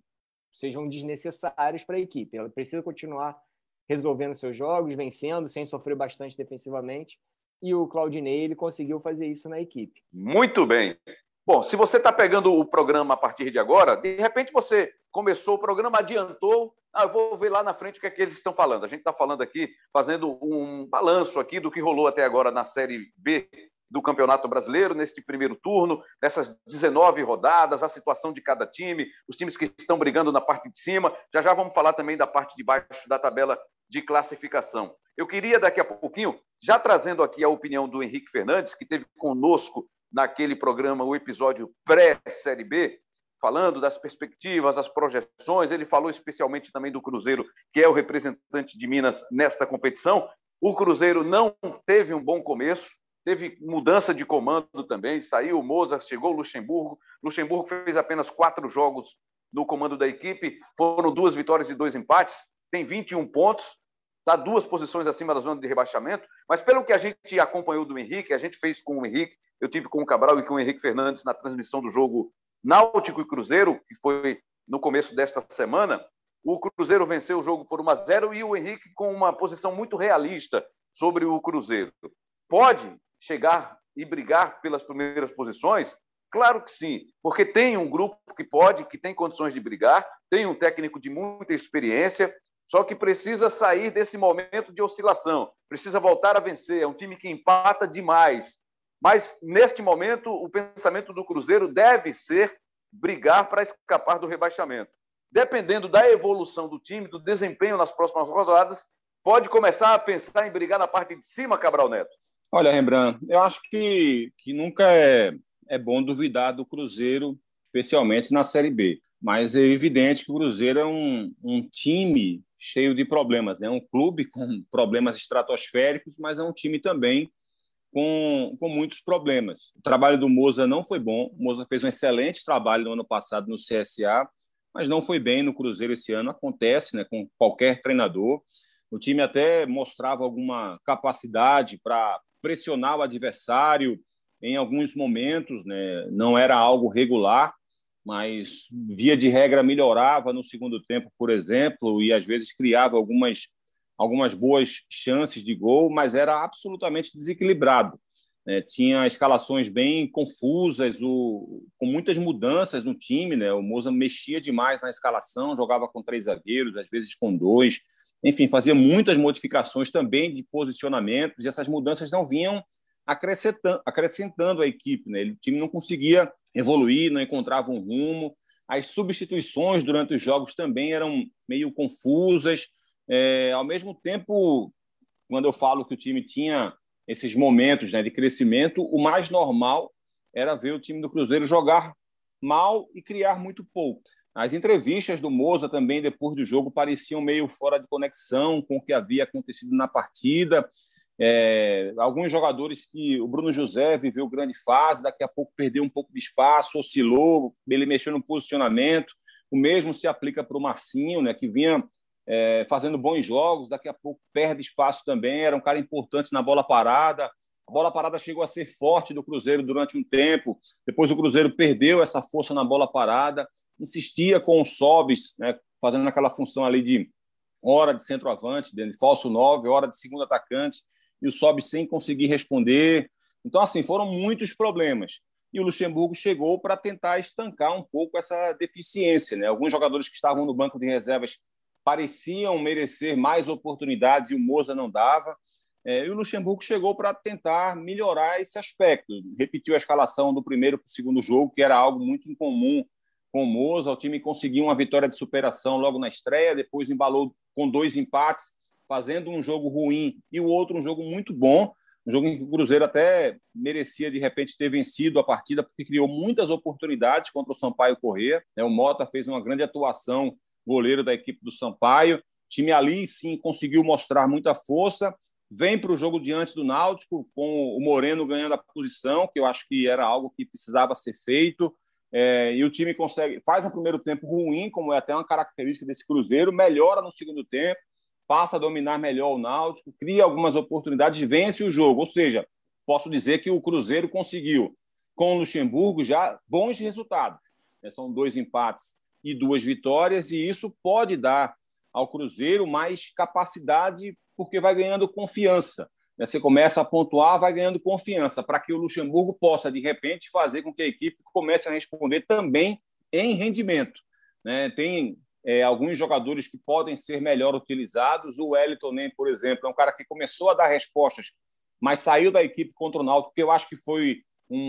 sejam desnecessárias para a equipe. Ela precisa continuar resolvendo seus jogos, vencendo, sem sofrer bastante defensivamente. E o Claudinei, ele conseguiu fazer isso na equipe. Muito bem. Bom, se você está pegando o programa a partir de agora, de repente você começou o programa, adiantou, eu vou ver lá na frente o que é que eles estão falando. A gente está falando aqui, fazendo um balanço aqui do que rolou até agora na Série B do Campeonato Brasileiro, neste primeiro turno, nessas 19 rodadas, a situação de cada time, os times que estão brigando na parte de cima. Já vamos falar também da parte de baixo da tabela de classificação. Eu queria, daqui a pouquinho, já trazendo aqui a opinião do Henrique Fernandes, que esteve conosco naquele programa, o episódio pré-Série B, falando das perspectivas, das projeções. Ele falou especialmente também do Cruzeiro, que é o representante de Minas nesta competição. O Cruzeiro não teve um bom começo, teve mudança de comando também, saiu o Moza, chegou o Luxemburgo. Luxemburgo fez apenas 4 jogos no comando da equipe, foram 2 vitórias e 2 empates, tem 21 pontos, está 2 posições acima da zona de rebaixamento, mas pelo que a gente acompanhou do Henrique, a gente fez com o Henrique, eu tive com o Cabral e com o Henrique Fernandes na transmissão do jogo Náutico e Cruzeiro, que foi no começo desta semana. O Cruzeiro venceu o jogo por 1-0 e o Henrique com uma posição muito realista sobre o Cruzeiro. Pode chegar e brigar pelas primeiras posições? Claro que sim, porque tem um grupo que tem condições de brigar, tem um técnico de muita experiência, só que precisa sair desse momento de oscilação, precisa voltar a vencer. É um time que empata demais. Mas, neste momento, o pensamento do Cruzeiro deve ser brigar para escapar do rebaixamento. Dependendo da evolução do time, do desempenho nas próximas rodadas, pode começar a pensar em brigar na parte de cima, Cabral Neto. Olha, Rembrandt, eu acho que nunca é bom duvidar do Cruzeiro, especialmente na Série B. Mas é evidente que o Cruzeiro é um time cheio de problemas, né? Um clube com problemas estratosféricos, mas é um time também com muitos problemas. O trabalho do Moza não foi bom. O Moza fez um excelente trabalho no ano passado no CSA, mas não foi bem no Cruzeiro esse ano. Acontece, né, com qualquer treinador. O time até mostrava alguma capacidade para pressionar o adversário em alguns momentos, né? Não era algo regular, mas, via de regra, melhorava no segundo tempo, por exemplo, e às vezes criava algumas boas chances de gol, mas era absolutamente desequilibrado. Tinha escalações bem confusas, com muitas mudanças no time, né? O Moza mexia demais na escalação, jogava com 3 zagueiros, às vezes com 2, enfim, fazia muitas modificações também de posicionamentos, e essas mudanças não vinham acrescentando a equipe, né? O time não conseguia evoluir, não encontrava um rumo, as substituições durante os jogos também eram meio confusas. Ao mesmo tempo, quando eu falo que o time tinha esses momentos, né, de crescimento, o mais normal era ver o time do Cruzeiro jogar mal e criar muito pouco. As entrevistas do Moza também, depois do jogo, pareciam meio fora de conexão com o que havia acontecido na partida. Alguns jogadores que o Bruno José viveu grande fase, daqui a pouco perdeu um pouco de espaço, oscilou, ele mexeu no posicionamento. O mesmo se aplica para o Marcinho, né, que vinha fazendo bons jogos, daqui a pouco perde espaço também, era um cara importante na bola parada. A bola parada chegou a ser forte do Cruzeiro durante um tempo, depois o Cruzeiro perdeu essa força na bola parada, insistia com o Sobis, né, fazendo aquela função ali de hora de centroavante, de falso 9, hora de segundo atacante, e o Sobis sem conseguir responder. Então, assim, foram muitos problemas. E o Luxemburgo chegou para tentar estancar um pouco essa deficiência, né? Alguns jogadores que estavam no banco de reservas pareciam merecer mais oportunidades e o Moza não dava. E o Luxemburgo chegou para tentar melhorar esse aspecto. Repetiu a escalação do primeiro para o segundo jogo, que era algo muito incomum com o Moza. O time conseguiu uma vitória de superação logo na estreia, depois embalou com 2 empates, fazendo um jogo ruim e o outro um jogo muito bom. Um jogo em que o Cruzeiro até merecia, de repente, ter vencido a partida, porque criou muitas oportunidades contra o Sampaio Corrêa. O Mota fez uma grande atuação, goleiro da equipe do Sampaio. O time ali, sim, conseguiu mostrar muita força. Vem para o jogo diante do Náutico, com o Moreno ganhando a posição, que eu acho que era algo que precisava ser feito. E o time faz um primeiro tempo ruim, como é até uma característica desse Cruzeiro, melhora no segundo tempo, passa a dominar melhor o Náutico, cria algumas oportunidades, vence o jogo. Ou seja, posso dizer que o Cruzeiro conseguiu, com o Luxemburgo, já bons resultados. São 2 empates e 2 vitórias, e isso pode dar ao Cruzeiro mais capacidade, porque vai ganhando confiança. Você começa a pontuar, vai ganhando confiança, para que o Luxemburgo possa, de repente, fazer com que a equipe comece a responder também em rendimento. Tem alguns jogadores que podem ser melhor utilizados. O Wellington, por exemplo, é um cara que começou a dar respostas, mas saiu da equipe contra o Náutico, que eu acho que foi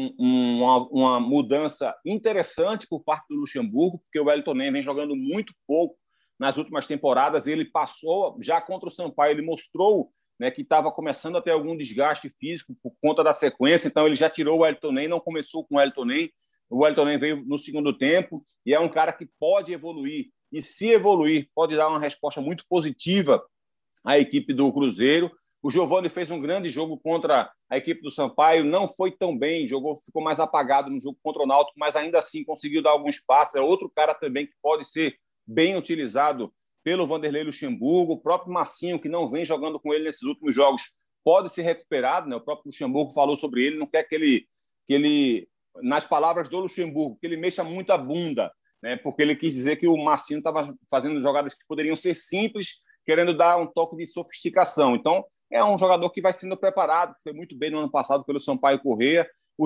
uma mudança interessante por parte do Luxemburgo, porque o Wellington vem jogando muito pouco nas últimas temporadas. Ele passou, já contra o Sampaio, ele mostrou, né, que estava começando a ter algum desgaste físico por conta da sequência, então ele já tirou o Wellington, não começou com o Wellington. O Wellington veio no segundo tempo e é um cara que pode evoluir, e se evoluir, pode dar uma resposta muito positiva à equipe do Cruzeiro. O Giovani fez um grande jogo contra a equipe do Sampaio, não foi tão bem, ficou mais apagado no jogo contra o Náutico, mas ainda assim conseguiu dar alguns passes. É outro cara também que pode ser bem utilizado pelo Vanderlei Luxemburgo. O próprio Marcinho, que não vem jogando com ele nesses últimos jogos, pode ser recuperado, né? O próprio Luxemburgo falou sobre ele, não quer que ele, nas palavras do Luxemburgo, que ele mexa muito a bunda, né? Porque ele quis dizer que o Marcinho estava fazendo jogadas que poderiam ser simples, querendo dar um toque de sofisticação. Então, é um jogador que vai sendo preparado, que foi muito bem no ano passado pelo Sampaio Corrêa.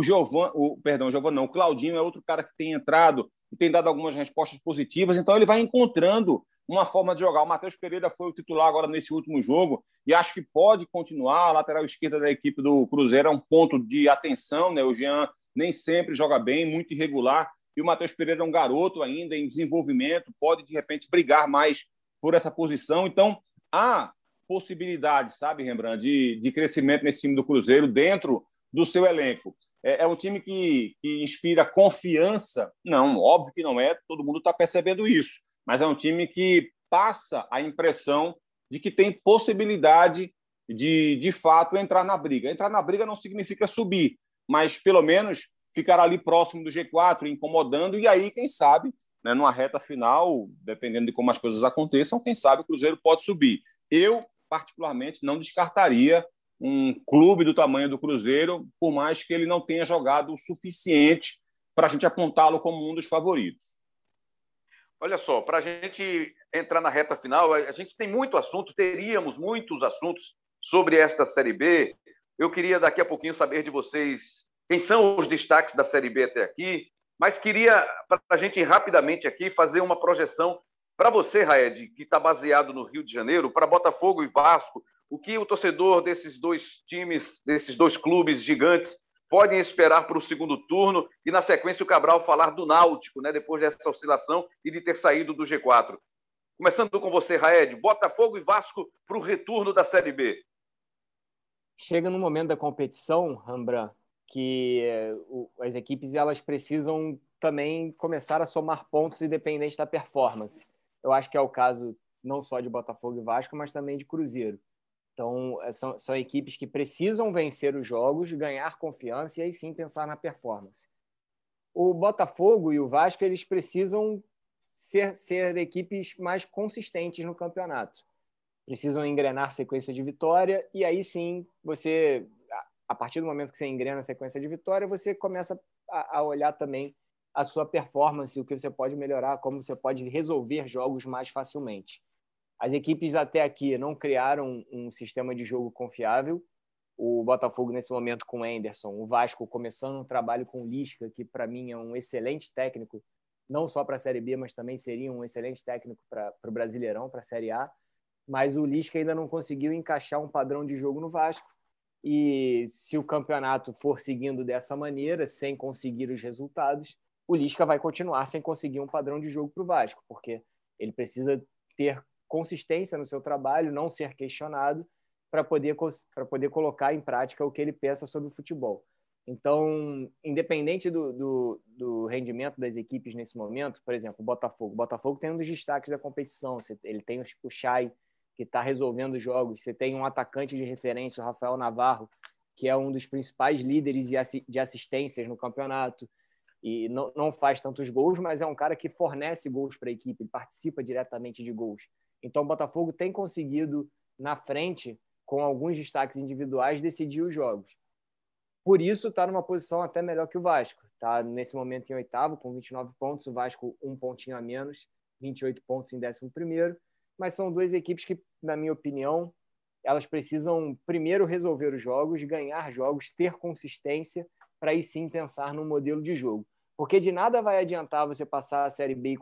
O Claudinho é outro cara que tem entrado e tem dado algumas respostas positivas, então ele vai encontrando uma forma de jogar. O Matheus Pereira foi o titular agora nesse último jogo e acho que pode continuar. A lateral esquerda da equipe do Cruzeiro é um ponto de atenção, né? O Jean nem sempre joga bem, muito irregular, e o Matheus Pereira é um garoto ainda em desenvolvimento, pode de repente brigar mais por essa posição. Então, há possibilidade, sabe, Rembrandt, de crescimento nesse time do Cruzeiro dentro do seu elenco. É um time que inspira confiança? Não, óbvio que não é, todo mundo está percebendo isso, mas é um time que passa a impressão de que tem possibilidade de fato, entrar na briga. Entrar na briga não significa subir, mas pelo menos ficar ali próximo do G4, incomodando, e aí, quem sabe, né, numa reta final, dependendo de como as coisas aconteçam, quem sabe o Cruzeiro pode subir. Eu, particularmente, não descartaria um clube do tamanho do Cruzeiro, por mais que ele não tenha jogado o suficiente para a gente apontá-lo como um dos favoritos. Olha só, para a gente entrar na reta final, a gente tem muito assunto, teríamos muitos assuntos sobre esta Série B. Eu queria daqui a pouquinho saber de vocês quem são os destaques da Série B até aqui, mas queria, para a gente rapidamente aqui, fazer uma projeção para você, Raed, que está baseado no Rio de Janeiro, para Botafogo e Vasco, o que o torcedor desses dois times, desses dois clubes gigantes, podem esperar para o segundo turno, e na sequência o Cabral falar do Náutico, né, depois dessa oscilação e de ter saído do G4. Começando com você, Raed, Botafogo e Vasco para o retorno da Série B. Chega no momento da competição, Rembrandt, que as equipes elas precisam também começar a somar pontos independente da performance. Eu acho que é o caso não só de Botafogo e Vasco, mas também de Cruzeiro. Então, são equipes que precisam vencer os jogos, ganhar confiança e aí sim pensar na performance. O Botafogo e o Vasco eles precisam ser equipes mais consistentes no campeonato. Precisam engrenar sequência de vitória e aí sim, você, a partir do momento que você engrena a sequência de vitória, você começa a olhar também a sua performance, o que você pode melhorar, como você pode resolver jogos mais facilmente. As equipes até aqui não criaram um sistema de jogo confiável. O Botafogo, nesse momento, com o Henderson. O Vasco começando um trabalho com o Lisca, que, para mim, é um excelente técnico, não só para a Série B, mas também seria um excelente técnico para o Brasileirão, para a Série A. Mas o Lisca ainda não conseguiu encaixar um padrão de jogo no Vasco. E se o campeonato for seguindo dessa maneira, sem conseguir os resultados, o Lisca vai continuar sem conseguir um padrão de jogo para o Vasco, porque ele precisa ter consistência no seu trabalho, não ser questionado, para poder colocar em prática o que ele pensa sobre o futebol. Então, independente do rendimento das equipes nesse momento, por exemplo, o Botafogo tem um dos destaques da competição, ele tem o Chay, que está resolvendo jogos, você tem um atacante de referência, o Rafael Navarro, que é um dos principais líderes de assistências no campeonato, e não faz tantos gols, mas é um cara que fornece gols para a equipe, ele participa diretamente de gols. Então, o Botafogo tem conseguido, na frente, com alguns destaques individuais, decidir os jogos. Por isso, está numa posição até melhor que o Vasco. Está, nesse momento, em oitavo, com 29 pontos. O Vasco, um pontinho a menos, 28 pontos em 11º. Mas são duas equipes que, na minha opinião, elas precisam primeiro resolver os jogos, ganhar jogos, ter consistência, para aí sim pensar no modelo de jogo. Porque de nada vai adiantar você passar a Série B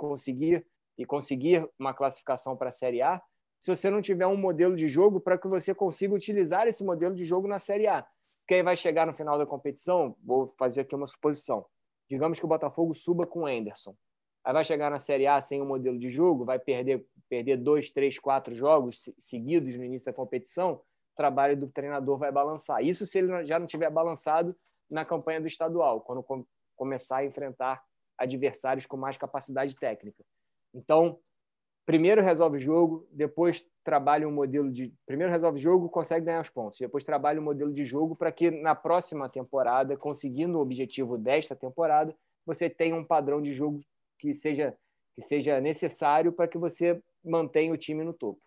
e conseguir uma classificação para a Série A, se você não tiver um modelo de jogo para que você consiga utilizar esse modelo de jogo na Série A. Porque aí vai chegar no final da competição, vou fazer aqui uma suposição, digamos que o Botafogo suba com o Henderson. Aí vai chegar na Série A sem um modelo de jogo, vai perder 2, 3, 4 jogos seguidos no início da competição, o trabalho do treinador vai balançar. Isso se ele já não tiver balançado na campanha do estadual, quando começar a enfrentar adversários com mais capacidade técnica. Então, primeiro resolve o jogo, depois trabalha um modelo de... Primeiro resolve o jogo, consegue ganhar os pontos. Depois trabalha um modelo de jogo para que na próxima temporada, conseguindo o objetivo desta temporada, você tenha um padrão de jogo que seja necessário para que você mantenha o time no topo.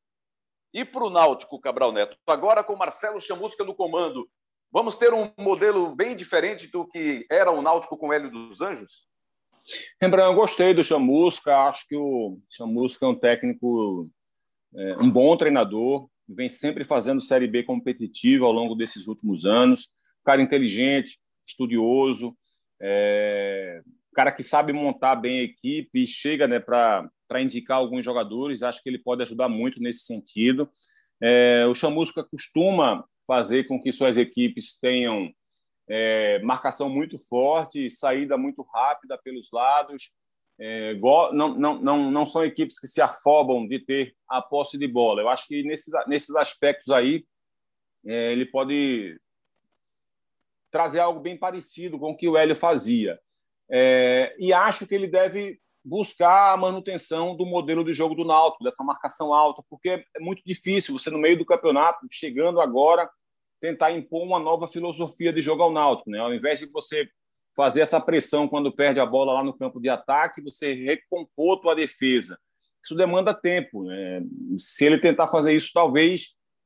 E para o Náutico, Cabral Neto, agora com Marcelo Chamusca no comando, vamos ter um modelo bem diferente do que era o Náutico com o Hélio dos Anjos? Rembrandt, eu gostei do Chamusca, acho que o Chamusca é um técnico, um bom treinador, vem sempre fazendo Série B competitiva ao longo desses últimos anos, cara inteligente, estudioso, cara que sabe montar bem a equipe e chega, né, para indicar alguns jogadores, acho que ele pode ajudar muito nesse sentido. O Chamusca costuma fazer com que suas equipes tenham marcação muito forte, saída muito rápida pelos lados. Não são equipes que se afobam de ter a posse de bola. Eu acho que nesses aspectos aí ele pode trazer algo bem parecido com o que o Hélio fazia. E acho que ele deve buscar a manutenção do modelo de jogo do Náutico, dessa marcação alta, porque é muito difícil você, no meio do campeonato, chegando agora, tentar impor uma nova filosofia de jogo ao Náutico, né? Ao invés de você fazer essa pressão quando perde a bola lá no campo de ataque, você recompor a tua defesa. Isso demanda tempo, né? Se ele tentar fazer isso, talvez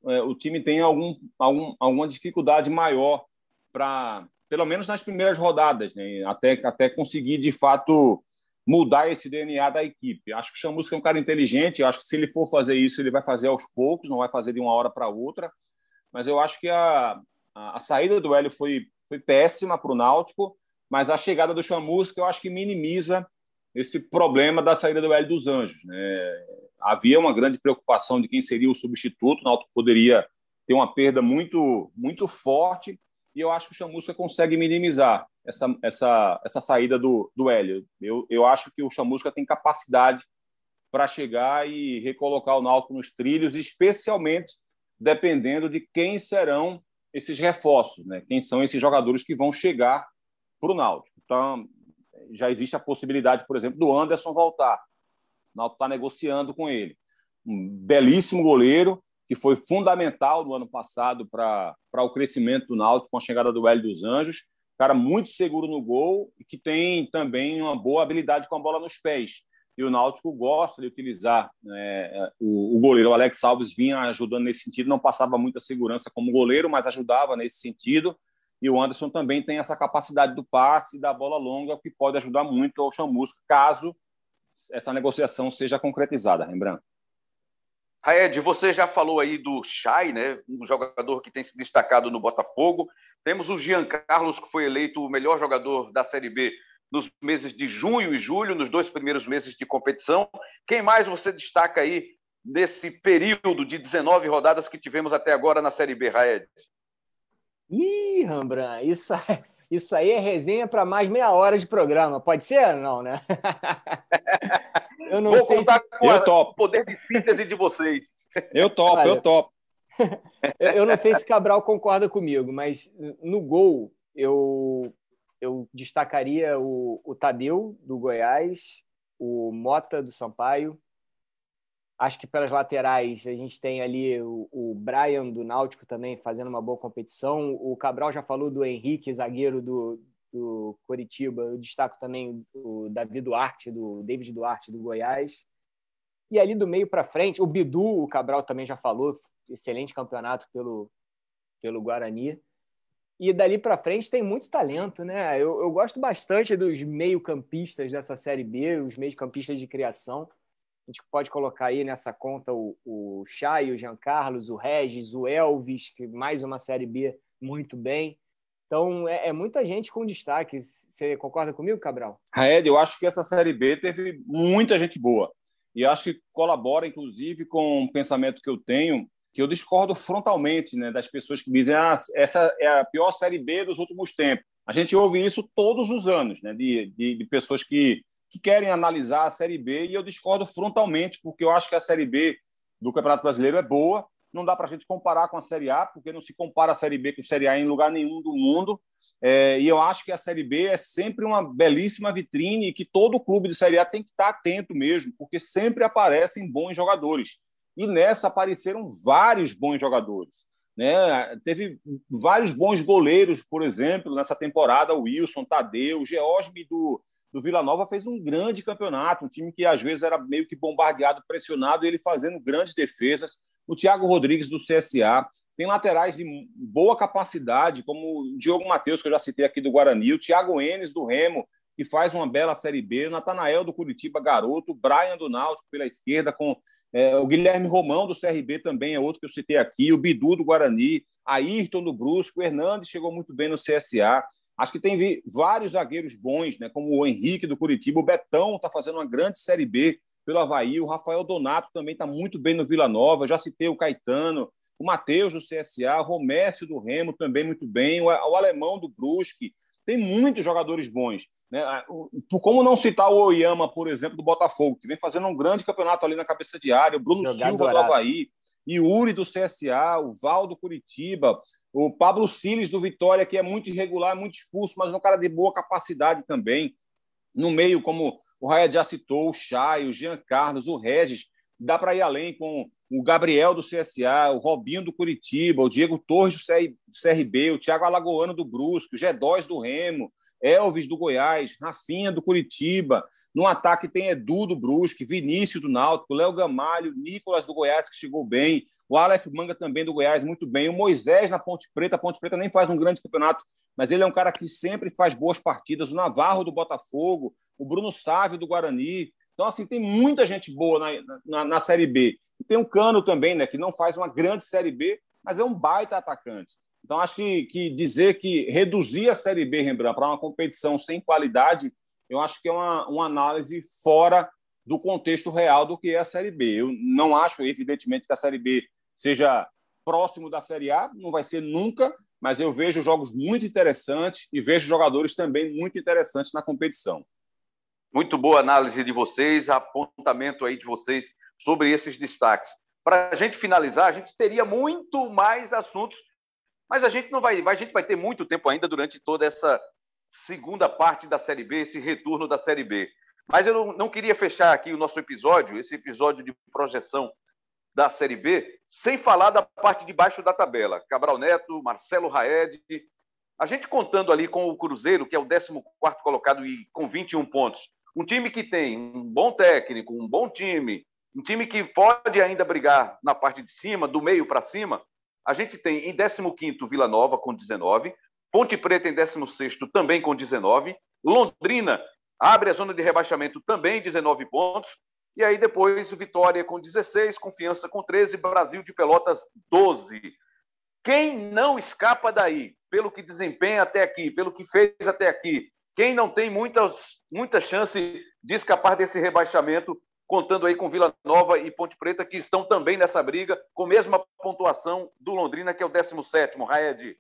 o time tem alguma dificuldade maior para, pelo menos nas primeiras rodadas, né? Até conseguir, de fato, mudar esse DNA da equipe. Acho que o Chamusca é um cara inteligente, acho que se ele for fazer isso, ele vai fazer aos poucos, não vai fazer de uma hora para outra, mas eu acho que a saída do Hélio foi péssima para o Náutico, mas a chegada do Chamusca eu acho que minimiza esse problema da saída do Hélio dos Anjos, né? Havia uma grande preocupação de quem seria o substituto, o Náutico poderia ter uma perda muito, muito forte, e eu acho que o Chamusca consegue minimizar essa saída do Hélio. Eu acho que o Chamusca tem capacidade para chegar e recolocar o Náutico nos trilhos, especialmente dependendo de quem serão esses reforços, né? Quem são esses jogadores que vão chegar para o Náutico. Então, já existe a possibilidade, por exemplo, do Anderson voltar. O Náutico está negociando com ele. Um belíssimo goleiro, que foi fundamental no ano passado para o crescimento do Náutico com a chegada do Hélio dos Anjos. Cara muito seguro no gol e que tem também uma boa habilidade com a bola nos pés. E o Náutico gosta de utilizar, né, o goleiro. O Alex Alves vinha ajudando nesse sentido, não passava muita segurança como goleiro, mas ajudava nesse sentido. E o Anderson também tem essa capacidade do passe e da bola longa, que pode ajudar muito ao Chamusca, caso essa negociação seja concretizada, Rembrandt. Raed, você já falou aí do Chay, né? Um jogador que tem se destacado no Botafogo. Temos o Jean Carlos, que foi eleito o melhor jogador da Série B nos meses de junho e julho, nos 2 primeiros meses de competição. Quem mais você destaca aí nesse período de 19 rodadas que tivemos até agora na Série B, Raed? Ih, Rembrandt, isso aí é resenha para mais meia hora de programa. Pode ser? Não, né? Eu não Vou sei contar com o poder de síntese de vocês. Eu topo. Eu não sei se Cabral concorda comigo, mas no gol eu destacaria o Tadeu, do Goiás, o Mota, do Sampaio. Acho que pelas laterais a gente tem ali o Brian, do Náutico, também fazendo uma boa competição. O Cabral já falou do Henrique, zagueiro do Coritiba. Eu destaco também o David Duarte, do Goiás. E ali do meio para frente, o Bidu, o Cabral também já falou, excelente campeonato pelo Guarani. E dali para frente tem muito talento, né? Eu gosto bastante dos meio-campistas dessa Série B, os meio-campistas de criação. A gente pode colocar aí nessa conta o Chay, o Jean Carlos, o Regis, o Elvis, que mais uma Série B muito bem. Então, é muita gente com destaque. Você concorda comigo, Cabral? Raed, eu acho que essa Série B teve muita gente boa. E acho que colabora, inclusive, com o pensamento que eu tenho, que eu discordo frontalmente, né, das pessoas que dizem essa é a pior Série B dos últimos tempos. A gente ouve isso todos os anos, né, de pessoas que querem analisar a Série B, e eu discordo frontalmente, porque eu acho que a Série B do Campeonato Brasileiro é boa. Não dá para a gente comparar com a Série A, porque não se compara a Série B com a Série A em lugar nenhum do mundo. E eu acho que a Série B é sempre uma belíssima vitrine e que todo clube de Série A tem que estar atento mesmo, porque sempre aparecem bons jogadores. E nessa apareceram vários bons jogadores, né? Teve vários bons goleiros, por exemplo, nessa temporada, o Wilson, Tadeu, o Geosme do Vila Nova fez um grande campeonato, um time que às vezes era meio que bombardeado, pressionado, e ele fazendo grandes defesas. O Thiago Rodrigues, do CSA, tem laterais de boa capacidade, como o Diogo Matheus, que eu já citei aqui, do Guarani, o Thiago Enes, do Remo, que faz uma bela Série B, o Natanael, do Curitiba, garoto, o Brian, do Náutico, pela esquerda, com o Guilherme Romão, do CRB, também é outro que eu citei aqui, o Bidu, do Guarani, Ayrton, do Brusque, o Hernandes chegou muito bem no CSA. Acho que tem vários zagueiros bons, né, como o Henrique, do Curitiba, o Betão está fazendo uma grande Série B pelo Avaí, o Rafael Donato também está muito bem no Vila Nova, já citei o Caetano, o Matheus, do CSA, o Romércio, do Remo, também muito bem, o Alemão, do Brusque. Tem muitos jogadores bons, né? Como não citar o Oyama, por exemplo, do Botafogo, que vem fazendo um grande campeonato ali na cabeça de área, o Bruno Silva, do Avaí, Yuri, do CSA, o Val, do Curitiba, o Pablo Siles, do Vitória, que é muito irregular, muito expulso, mas é um cara de boa capacidade também. No meio, como o Raia já citou, o Chay, o Jean Carlos, o Regis. Dá para ir além com o Gabriel, do CSA, o Robinho, do Curitiba, o Diego Torres, do CRB, o Thiago Alagoano, do Brusque, o G2, do Remo, Elvis, do Goiás, Rafinha, do Curitiba. No ataque tem Edu do Brusque, Vinícius do Náutico, Léo Gamalho, Nicolas do Goiás, que chegou bem, o Aleph Manga também do Goiás, muito bem, o Moisés na Ponte Preta. A Ponte Preta nem faz um grande campeonato, mas ele é um cara que sempre faz boas partidas, o Navarro do Botafogo, o Bruno Sávio do Guarani. Então, assim, tem muita gente boa na Série B. E tem o Cano também, né, que não faz uma grande Série B, mas é um baita atacante. Então, acho que dizer que reduzir a Série B, Rembrandt, para uma competição sem qualidade, eu acho que é uma análise fora do contexto real do que é a Série B. Eu não acho, evidentemente, que a Série B seja próximo da Série A, não vai ser nunca, mas eu vejo jogos muito interessantes e vejo jogadores também muito interessantes na competição. Muito boa análise de vocês, apontamento aí de vocês sobre esses destaques. Para a gente finalizar, a gente teria muito mais assuntos, mas a gente vai ter muito tempo ainda durante toda essa segunda parte da Série B, esse retorno da Série B. Mas eu não queria fechar aqui o nosso episódio, esse episódio de projeção da Série B, sem falar da parte de baixo da tabela. Cabral Neto, Marcelo Raed, a gente contando ali com o Cruzeiro, que é o 14º colocado e com 21 pontos. Um time que tem um bom técnico, um bom time, um time que pode ainda brigar na parte de cima, do meio para cima. A gente tem em 15º Vila Nova com 19, Ponte Preta em 16º também com 19, Londrina abre a zona de rebaixamento também 19 pontos, e aí depois Vitória com 16, Confiança com 13, Brasil de Pelotas 12. Quem não escapa daí, pelo que desempenha até aqui, pelo que fez até aqui, quem não tem muita chance de escapar desse rebaixamento, contando aí com Vila Nova e Ponte Preta, que estão também nessa briga, com a mesma pontuação do Londrina, que é o 17º, Raed.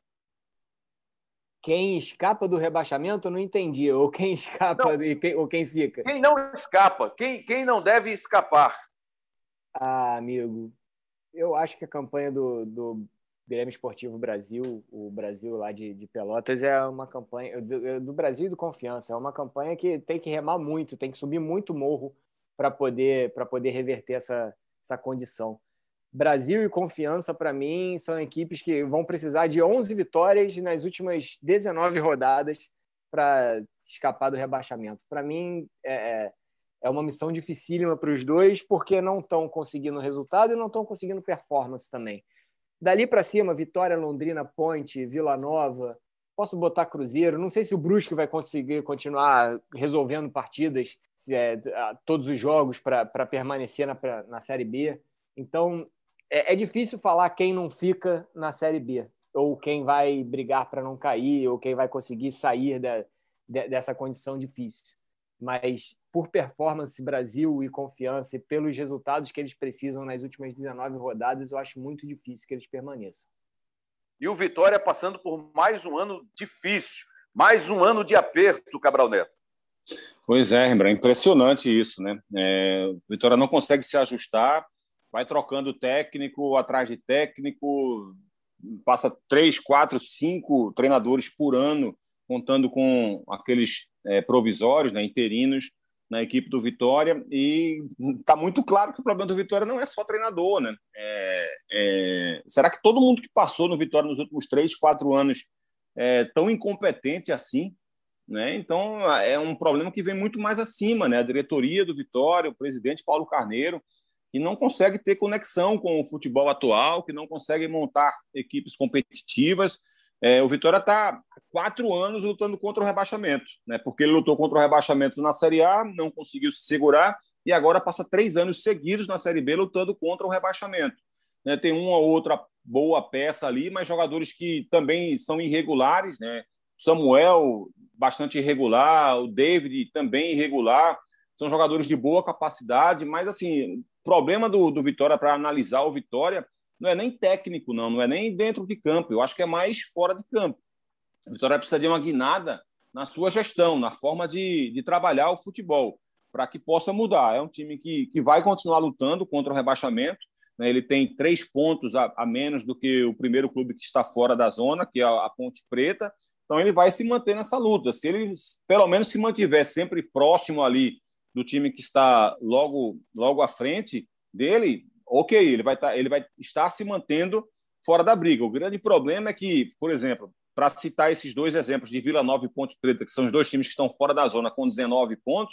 Quem escapa do rebaixamento, eu não entendi. Ou quem escapa ou quem fica? Quem não escapa, quem não deve escapar. Ah, amigo, eu acho que a campanha do Grêmio Esportivo Brasil, o Brasil lá de Pelotas, é uma campanha do Brasil e do Confiança. É uma campanha que tem que remar muito, tem que subir muito morro para poder reverter essa condição. Brasil e Confiança, para mim, são equipes que vão precisar de 11 vitórias nas últimas 19 rodadas para escapar do rebaixamento. Para mim, é uma missão dificílima para os dois, porque não estão conseguindo resultado e não estão conseguindo performance também. Dali para cima, Vitória, Londrina, Ponte, Vila Nova, posso botar Cruzeiro, não sei se o Brusque vai conseguir continuar resolvendo partidas, todos os jogos para permanecer na Série B. Então, é difícil falar quem não fica na Série B, ou quem vai brigar para não cair, ou quem vai conseguir sair dessa condição difícil. Mas, por performance, Brasil e Confiança, e pelos resultados que eles precisam nas últimas 19 rodadas, eu acho muito difícil que eles permaneçam. E o Vitória passando por mais um ano difícil, mais um ano de aperto, Cabral Neto. Pois é, Rembrandt, impressionante isso, né? O Vitória não consegue se ajustar, vai trocando técnico atrás de técnico, passa 3, 4, 5 treinadores por ano, contando com aqueles provisórios, né, interinos, na equipe do Vitória, e está muito claro que o problema do Vitória não é só treinador, né? Será que todo mundo que passou no Vitória nos últimos 3, 4 anos é tão incompetente assim? Né? Então, é um problema que vem muito mais acima, né? A diretoria do Vitória, o presidente Paulo Carneiro, que não consegue ter conexão com o futebol atual, que não consegue montar equipes competitivas. O Vitória está há 4 anos lutando contra o rebaixamento, né? Porque ele lutou contra o rebaixamento na Série A, não conseguiu se segurar, e agora passa 3 anos seguidos na Série B lutando contra o rebaixamento. Né? Tem uma ou outra boa peça ali, mas jogadores que também são irregulares, né? Samuel, bastante irregular, o David também irregular, são jogadores de boa capacidade, mas assim, o problema do Vitória, para analisar o Vitória, não é nem técnico, não é nem dentro de campo, eu acho que é mais fora de campo. O Vitória precisa de uma guinada na sua gestão, na forma de trabalhar o futebol, para que possa mudar. É um time que vai continuar lutando contra o rebaixamento, né? Ele tem 3 pontos a menos do que o primeiro clube que está fora da zona, que é a Ponte Preta. Então ele vai se manter nessa luta. Se ele pelo menos se mantiver sempre próximo ali do time que está logo à frente dele, ok, ele vai estar se mantendo fora da briga. O grande problema é que, por exemplo, para citar esses 2 exemplos de Vila Nova e Ponte Preta, que são os 2 times que estão fora da zona com 19 pontos,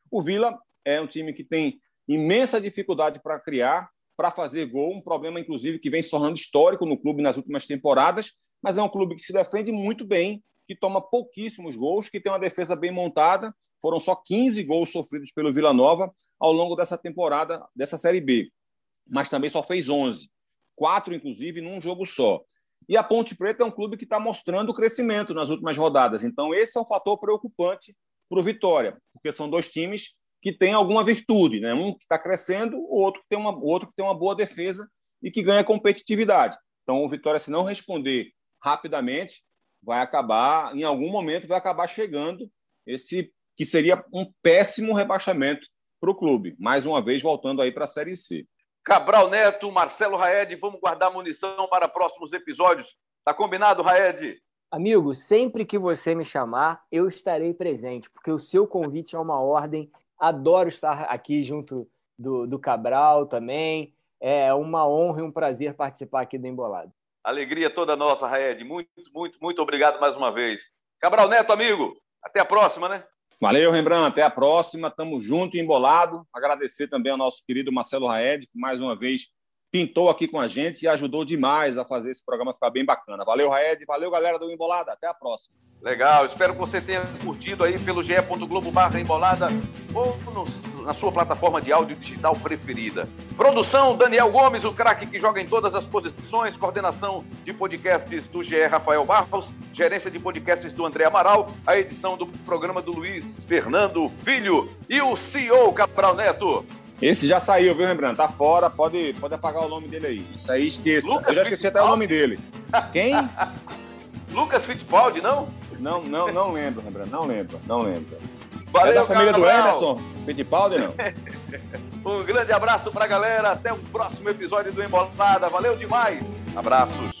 O Vila é um time que tem imensa dificuldade para criar, para fazer gol, um problema, inclusive, que vem se tornando histórico no clube nas últimas temporadas, mas é um clube que se defende muito bem, que toma pouquíssimos gols, que tem uma defesa bem montada. Foram só 15 gols sofridos pelo Vila Nova ao longo dessa temporada, dessa Série B, mas também só fez 11. 4, inclusive, num jogo só. E a Ponte Preta é um clube que está mostrando crescimento nas últimas rodadas. Então, esse é um fator preocupante para o Vitória, porque são dois times que têm alguma virtude, né? Um que está crescendo, o outro que tem uma boa defesa e que ganha competitividade. Então, o Vitória, se não responder rapidamente, vai acabar, em algum momento, vai acabar chegando esse que seria um péssimo rebaixamento para o clube. Mais uma vez, voltando aí para a Série C. Cabral Neto, Marcelo Raed, vamos guardar munição para próximos episódios. Tá combinado, Raed? Amigo, sempre que você me chamar, eu estarei presente, porque o seu convite é uma ordem. Adoro estar aqui junto do Cabral também. É uma honra e um prazer participar aqui do Embolado. Alegria toda nossa, Raed. Muito, muito, muito obrigado mais uma vez. Cabral Neto, amigo, até a próxima, né? Valeu, Rembrandt. Até a próxima. Tamo junto e embolado. Agradecer também ao nosso querido Marcelo Raed, que mais uma vez pintou aqui com a gente e ajudou demais a fazer esse programa ficar bem bacana. Valeu, Raed. Valeu, galera do Embolada. Até a próxima. Legal. Espero que você tenha curtido aí pelo ge.globo/embolada ou na sua plataforma de áudio digital preferida. Produção, Daniel Gomes, o craque que joga em todas as posições. Coordenação de podcasts do GE, Rafael Barros. Gerência de podcasts do André Amaral. A edição do programa do Luiz Fernando Filho. E o CEO, Cabral Neto. Esse já saiu, viu, Rembrandt? Tá fora, pode apagar o nome dele aí. Isso aí esqueça. Eu já esqueci até o nome dele. Quem? Lucas Fittipaldi, não? Não lembro, Rembrandt. Não lembro. Valeu, é da família Cabral. do Emerson Fittipaldi, não? Um grande abraço pra galera. Até o próximo episódio do Embolada. Valeu demais. Abraços.